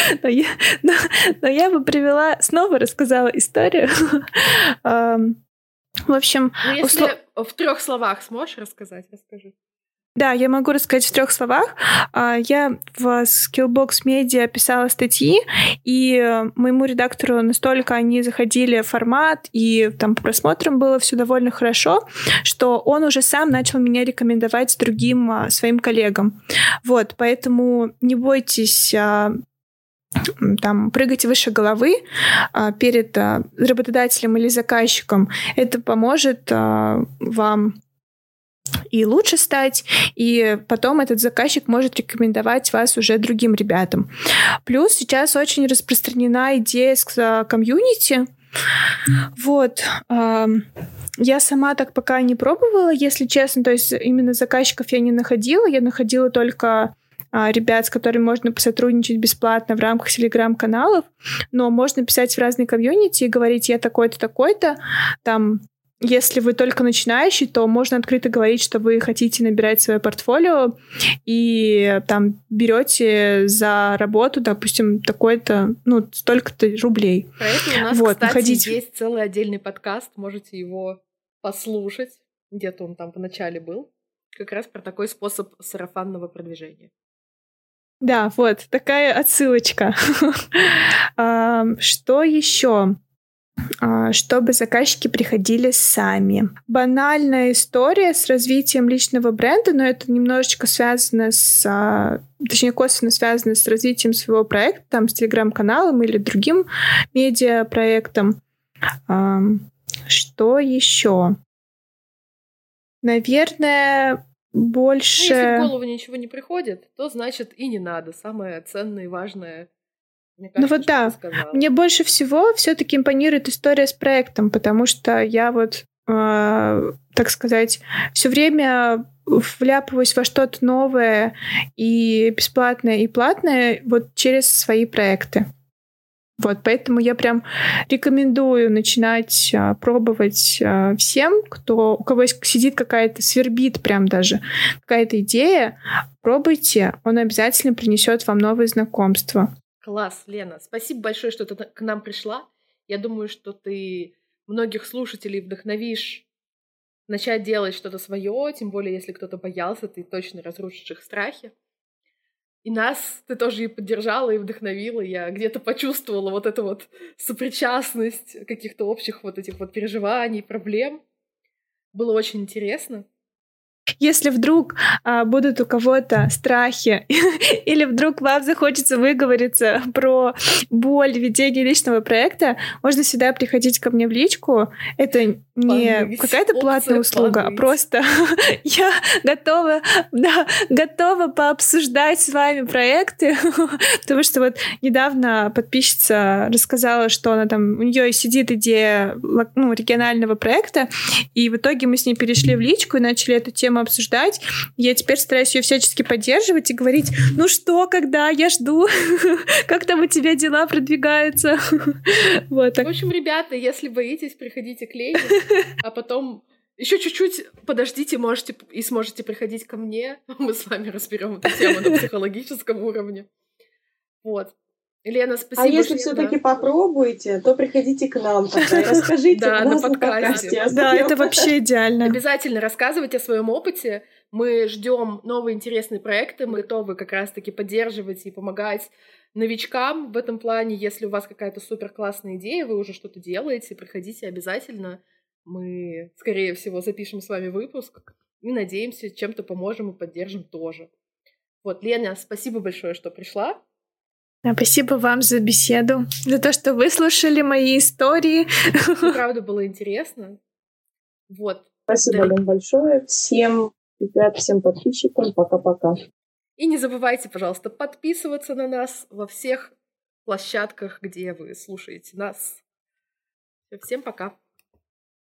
но я бы снова рассказала историю. В общем... если в 3 словах сможешь рассказать, расскажи. Да, я могу рассказать в 3 словах. Я в Skillbox Media писала статьи, и моему редактору настолько они заходили в формат, и там по просмотрам было все довольно хорошо, что он уже сам начал меня рекомендовать другим своим коллегам. Вот, поэтому не бойтесь прыгать выше головы перед работодателем или заказчиком. Это поможет вам и лучше стать, и потом этот заказчик может рекомендовать вас уже другим ребятам. Плюс сейчас очень распространена идея с комьюнити. Вот. Я сама так пока не пробовала, если честно, то есть именно заказчиков я не находила, я находила только ребят, с которыми можно посотрудничать бесплатно в рамках телеграм-каналов, но можно писать в разные комьюнити и говорить: я такой-то, такой-то, там, если вы только начинающий, то можно открыто говорить, что вы хотите набирать свое портфолио и там берете за работу, допустим, такой-то, столько-то рублей. Про это у нас, кстати, есть целый отдельный подкаст, можете его послушать. Где-то он там в начале был. Как раз про такой способ сарафанного продвижения. Да, вот, такая отсылочка. Что еще? Чтобы заказчики приходили сами. Банальная история с развитием личного бренда, но это немножечко связано точнее, косвенно связано с развитием своего проекта, там, с телеграм-каналом или другим медиапроектом. Что еще? Наверное, больше... Если в голову ничего не приходит, то значит и не надо. Самое ценное и важное, мне кажется, что ты сказала. Мне больше всего все-таки импонирует история с проектом, потому что я так сказать, все время вляпываюсь во что-то новое и бесплатное, и платное через свои проекты. Поэтому я прям рекомендую начинать пробовать всем, у кого сидит какая-то, свербит прям даже какая-то идея, пробуйте, он обязательно принесет вам новые знакомства. Класс, Лена, спасибо большое, что ты к нам пришла. Я думаю, что ты многих слушателей вдохновишь начать делать что-то свое, тем более, если кто-то боялся, ты точно разрушишь их страхи. И нас ты тоже и поддержала, и вдохновила. Я где-то почувствовала эту сопричастность каких-то общих этих переживаний, проблем. Было очень интересно. Если вдруг будут у кого-то страхи, или вдруг вам захочется выговориться про боль ведения личного проекта, можно всегда приходить ко мне в личку. Это не какая-то платная услуга, а просто я готова пообсуждать с вами проекты, потому что недавно подписчица рассказала, что у нее сидит идея регионального проекта, и в итоге мы с ней перешли в личку и начали эту тему обсуждать. Я теперь стараюсь ее всячески поддерживать и говорить: когда, я жду, как там у тебя дела продвигаются. В общем, ребята, если боитесь, приходите к Лене, а потом еще чуть-чуть подождите, можете и сможете приходить ко мне. Мы с вами разберем эту тему на психологическом уровне. Лена, спасибо. А если все-таки попробуете, то приходите к нам тогда и расскажите на подкасте. Да, это вообще идеально. Обязательно рассказывайте о своем опыте. Мы ждем новые интересные проекты. Мы готовы как раз-таки поддерживать и помогать новичкам в этом плане. Если у вас какая-то супер классная идея, вы уже что-то делаете, приходите обязательно. Мы, скорее всего, запишем с вами выпуск и надеемся, чем-то поможем и поддержим тоже. Лена, спасибо большое, что пришла. Спасибо вам за беседу, за то, что выслушали мои истории. Правда, было интересно. Спасибо, Лен, большое. Всем подписчикам пока-пока. И не забывайте, пожалуйста, подписываться на нас во всех площадках, где вы слушаете нас. Всем пока.